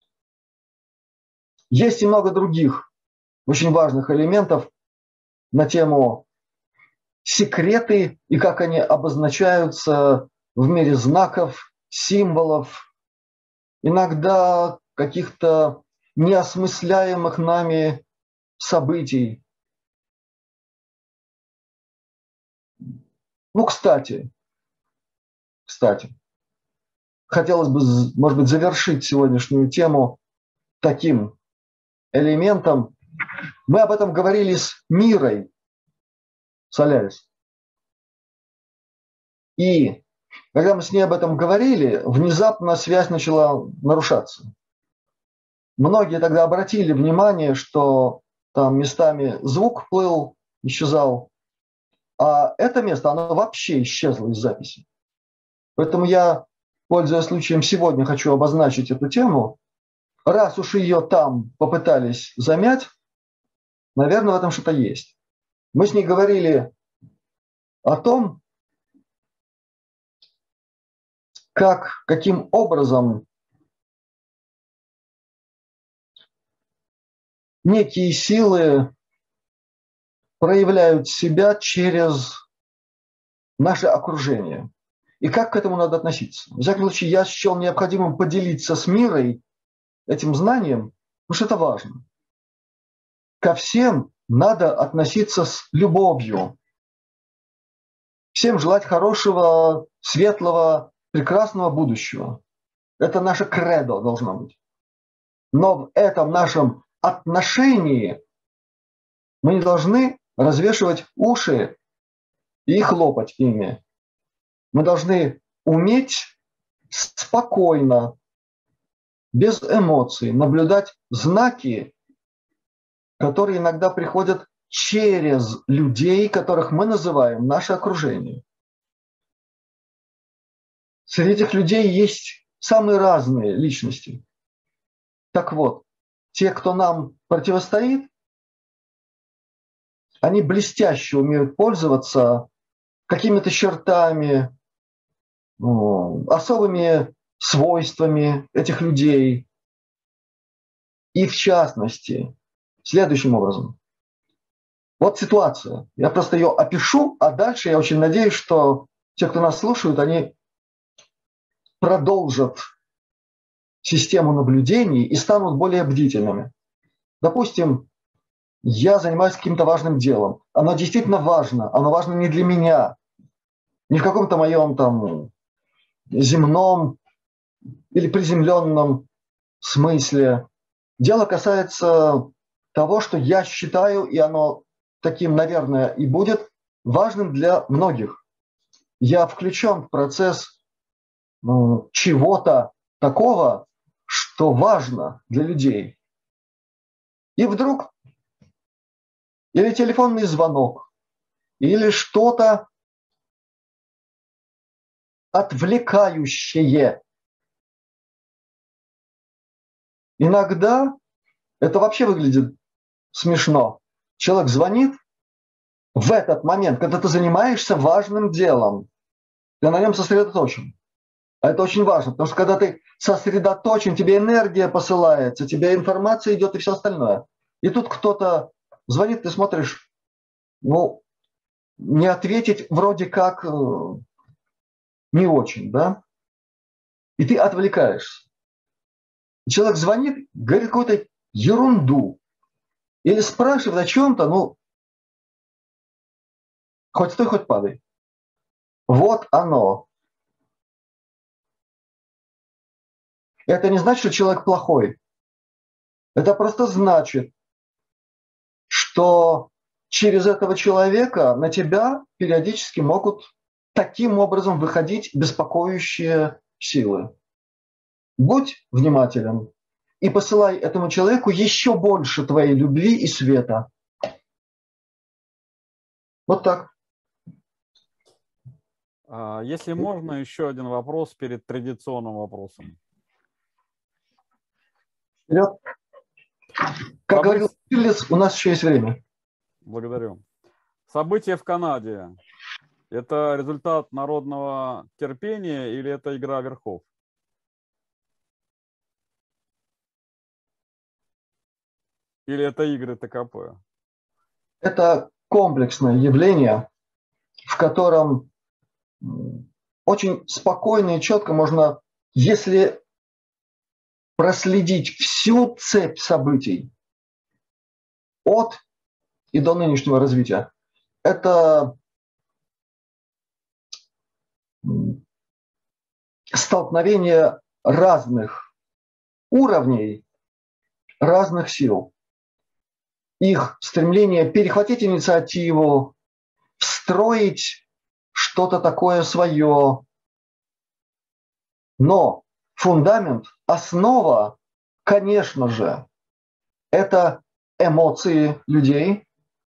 Есть и много других очень важных элементов на тему секреты и как они обозначаются в мире знаков, символов, иногда каких-то неосмысляемых нами событий. Ну, кстати, хотелось бы, может быть, завершить сегодняшнюю тему таким элементом. Мы об этом говорили с Мирой Солярис. И когда мы с ней об этом говорили, внезапно связь начала нарушаться. Многие тогда обратили внимание, что там местами звук плыл, исчезал, а это место, оно вообще исчезло из записи. Поэтому я, пользуясь случаем, сегодня хочу обозначить эту тему. Раз уж ее там попытались замять, наверное, в этом что-то есть. Мы с ней говорили о том, каким образом некие силы проявляют себя через наше окружение. И как к этому надо относиться. В всяком случае, я счел необходимым поделиться с Мирой этим знанием, потому что это важно. Ко всем надо относиться с любовью. Всем желать хорошего, светлого, прекрасного будущего. Это наше кредо должно быть. Но в этом нашем отношении мы не должны развешивать уши и хлопать ими. Мы должны уметь спокойно, без эмоций, наблюдать знаки, которые иногда приходят через людей, которых мы называем наше окружение. Среди этих людей есть самые разные личности. Так вот, те, кто нам противостоит, они блестяще умеют пользоваться какими-то чертами, особыми свойствами этих людей. И в частности, следующим образом. Вот ситуация. Я просто ее опишу, а дальше я очень надеюсь, что те, кто нас слушают, они продолжат систему наблюдений и станут более бдительными. Допустим, я занимаюсь каким-то важным делом. Оно действительно важно. Оно важно не для меня, не в каком-то моем там земном или приземленном смысле. Дело касается того, что я считаю, и оно таким, наверное, и будет важным для многих. Я включен в процесс чего-то такого, что важно для людей. И вдруг или телефонный звонок, или что-то отвлекающее. Иногда это вообще выглядит смешно. Человек звонит в этот момент, когда ты занимаешься важным делом, ты на нем сосредоточен. А это очень важно, потому что когда ты сосредоточен, тебе энергия посылается, тебе информация идет и все остальное. И тут кто-то звонит, ты смотришь, ну, не ответить вроде как не очень, да? И ты отвлекаешься. Человек звонит, говорит какую-то ерунду. Или спрашивает о чем-то, ну, хоть стой, хоть падай. Вот оно. Это не значит, что человек плохой. Это просто значит, что через этого человека на тебя периодически могут таким образом выходить беспокоящие силы. Будь внимателен и посылай этому человеку еще больше твоей любви и света. Вот так. Если можно, еще один вопрос перед традиционным вопросом. Вперед. Как говорил Штирлиц, у нас еще есть время. Благодарю. События в Канаде – это результат народного терпения или это игра верхов? Или это игры ТКП? Это комплексное явление, в котором очень спокойно и четко можно, если проследить всю цепь событий от и до нынешнего развития, это столкновение разных уровней, разных сил. Их стремление перехватить инициативу, встроить что-то такое свое. Но фундамент, основа, конечно же, это эмоции людей,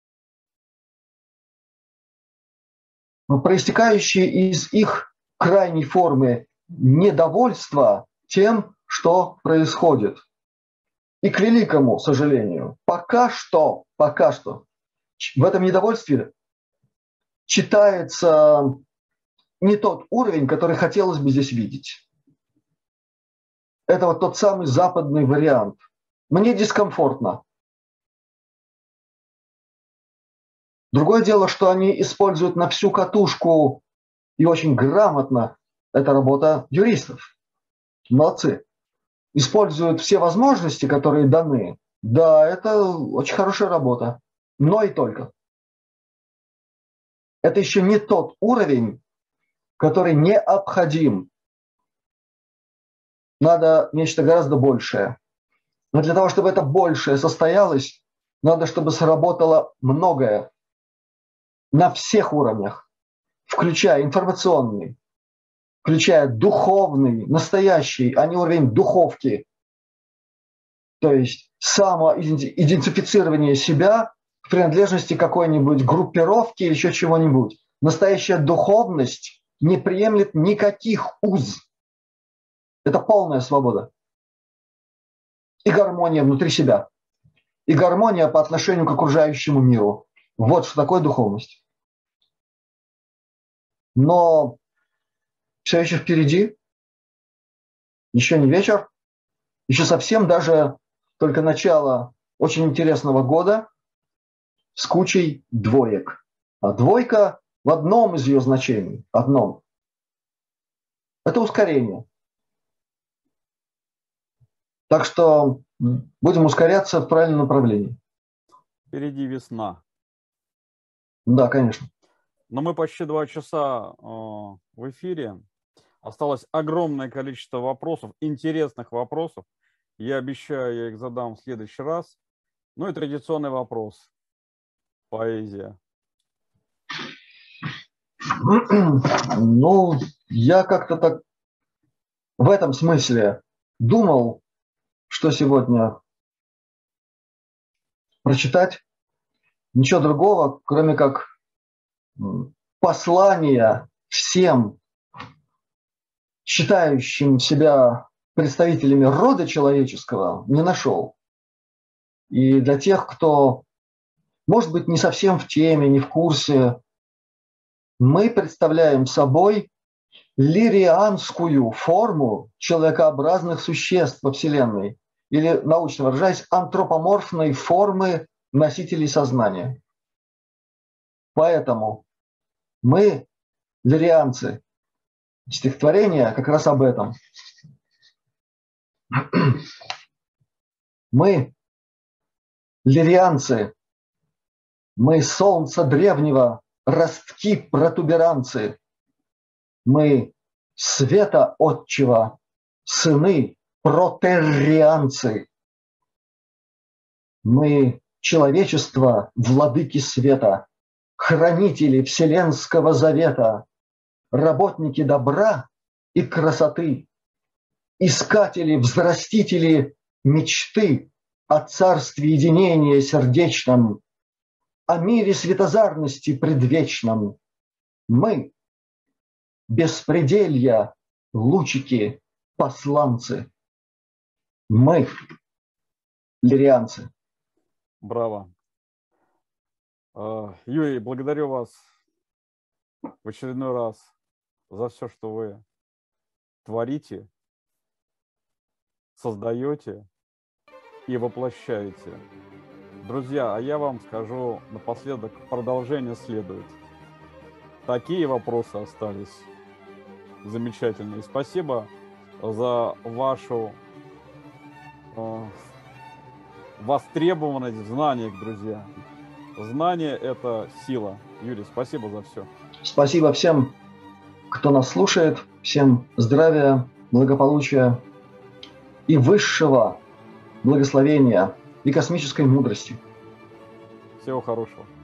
проистекающие из их крайней формы недовольства тем, что происходит. И к великому сожалению, пока что в этом недовольстве читается не тот уровень, который хотелось бы здесь видеть. Это вот тот самый западный вариант. Мне дискомфортно. Другое дело, что они используют на всю катушку и очень грамотно. Это работа юристов. Молодцы. Используют все возможности, которые даны. Да, это очень хорошая работа. Но и только. Это еще не тот уровень, который необходим. Надо нечто гораздо большее. Но для того, чтобы это большее состоялось, надо, чтобы сработало многое на всех уровнях, включая информационный, включая духовный, настоящий, а не уровень духовки. То есть самоидентифицирование себя в принадлежности какой-нибудь группировки или еще чего-нибудь. Настоящая духовность не приемлет никаких уз. Это полная свобода. И гармония внутри себя. И гармония по отношению к окружающему миру. Вот что такое духовность. Но все еще впереди. Еще не вечер. Еще совсем даже только начало очень интересного года с кучей двоек. А двойка в одном из ее значений, одном, это ускорение. Так что будем ускоряться в правильном направлении. Впереди весна. Да, конечно. Но мы почти 2 часа в эфире. Осталось огромное количество вопросов, интересных вопросов. Я обещаю, я их задам в следующий раз. Ну и традиционный вопрос. Поэзия. Ну, я как-то так в этом смысле думал, что сегодня прочитать. Ничего другого, кроме как послание всем считающим себя представителями рода человеческого, не нашел. И для тех, кто, может быть, не совсем в теме, не в курсе, мы представляем собой лирианскую форму человекообразных существ во Вселенной, или, научно выражаясь, антропоморфной формы носителей сознания. Поэтому мы, лирианцы, стихотворение как раз об этом. Мы, лирианцы, мы солнца древнего, ростки протуберанцы, мы света отчего, сыны протеррианцы, мы человечество, владыки света, хранители Вселенского завета, работники добра и красоты, искатели, взрастители мечты о царстве единения сердечном, о мире светозарности предвечном. Мы, беспределья, лучики, посланцы. Мы, лирианцы. Браво. Юрий, благодарю вас в очередной раз за все, что вы творите, создаете и воплощаете. Друзья, а я вам скажу напоследок, продолжение следует. Такие вопросы остались замечательные. Спасибо за вашу востребованность в знаниях, друзья. Знание – это сила. Юрий, спасибо за все. Спасибо всем, кто нас слушает. Всем здравия, благополучия и высшего благословения и космической мудрости. Всего хорошего.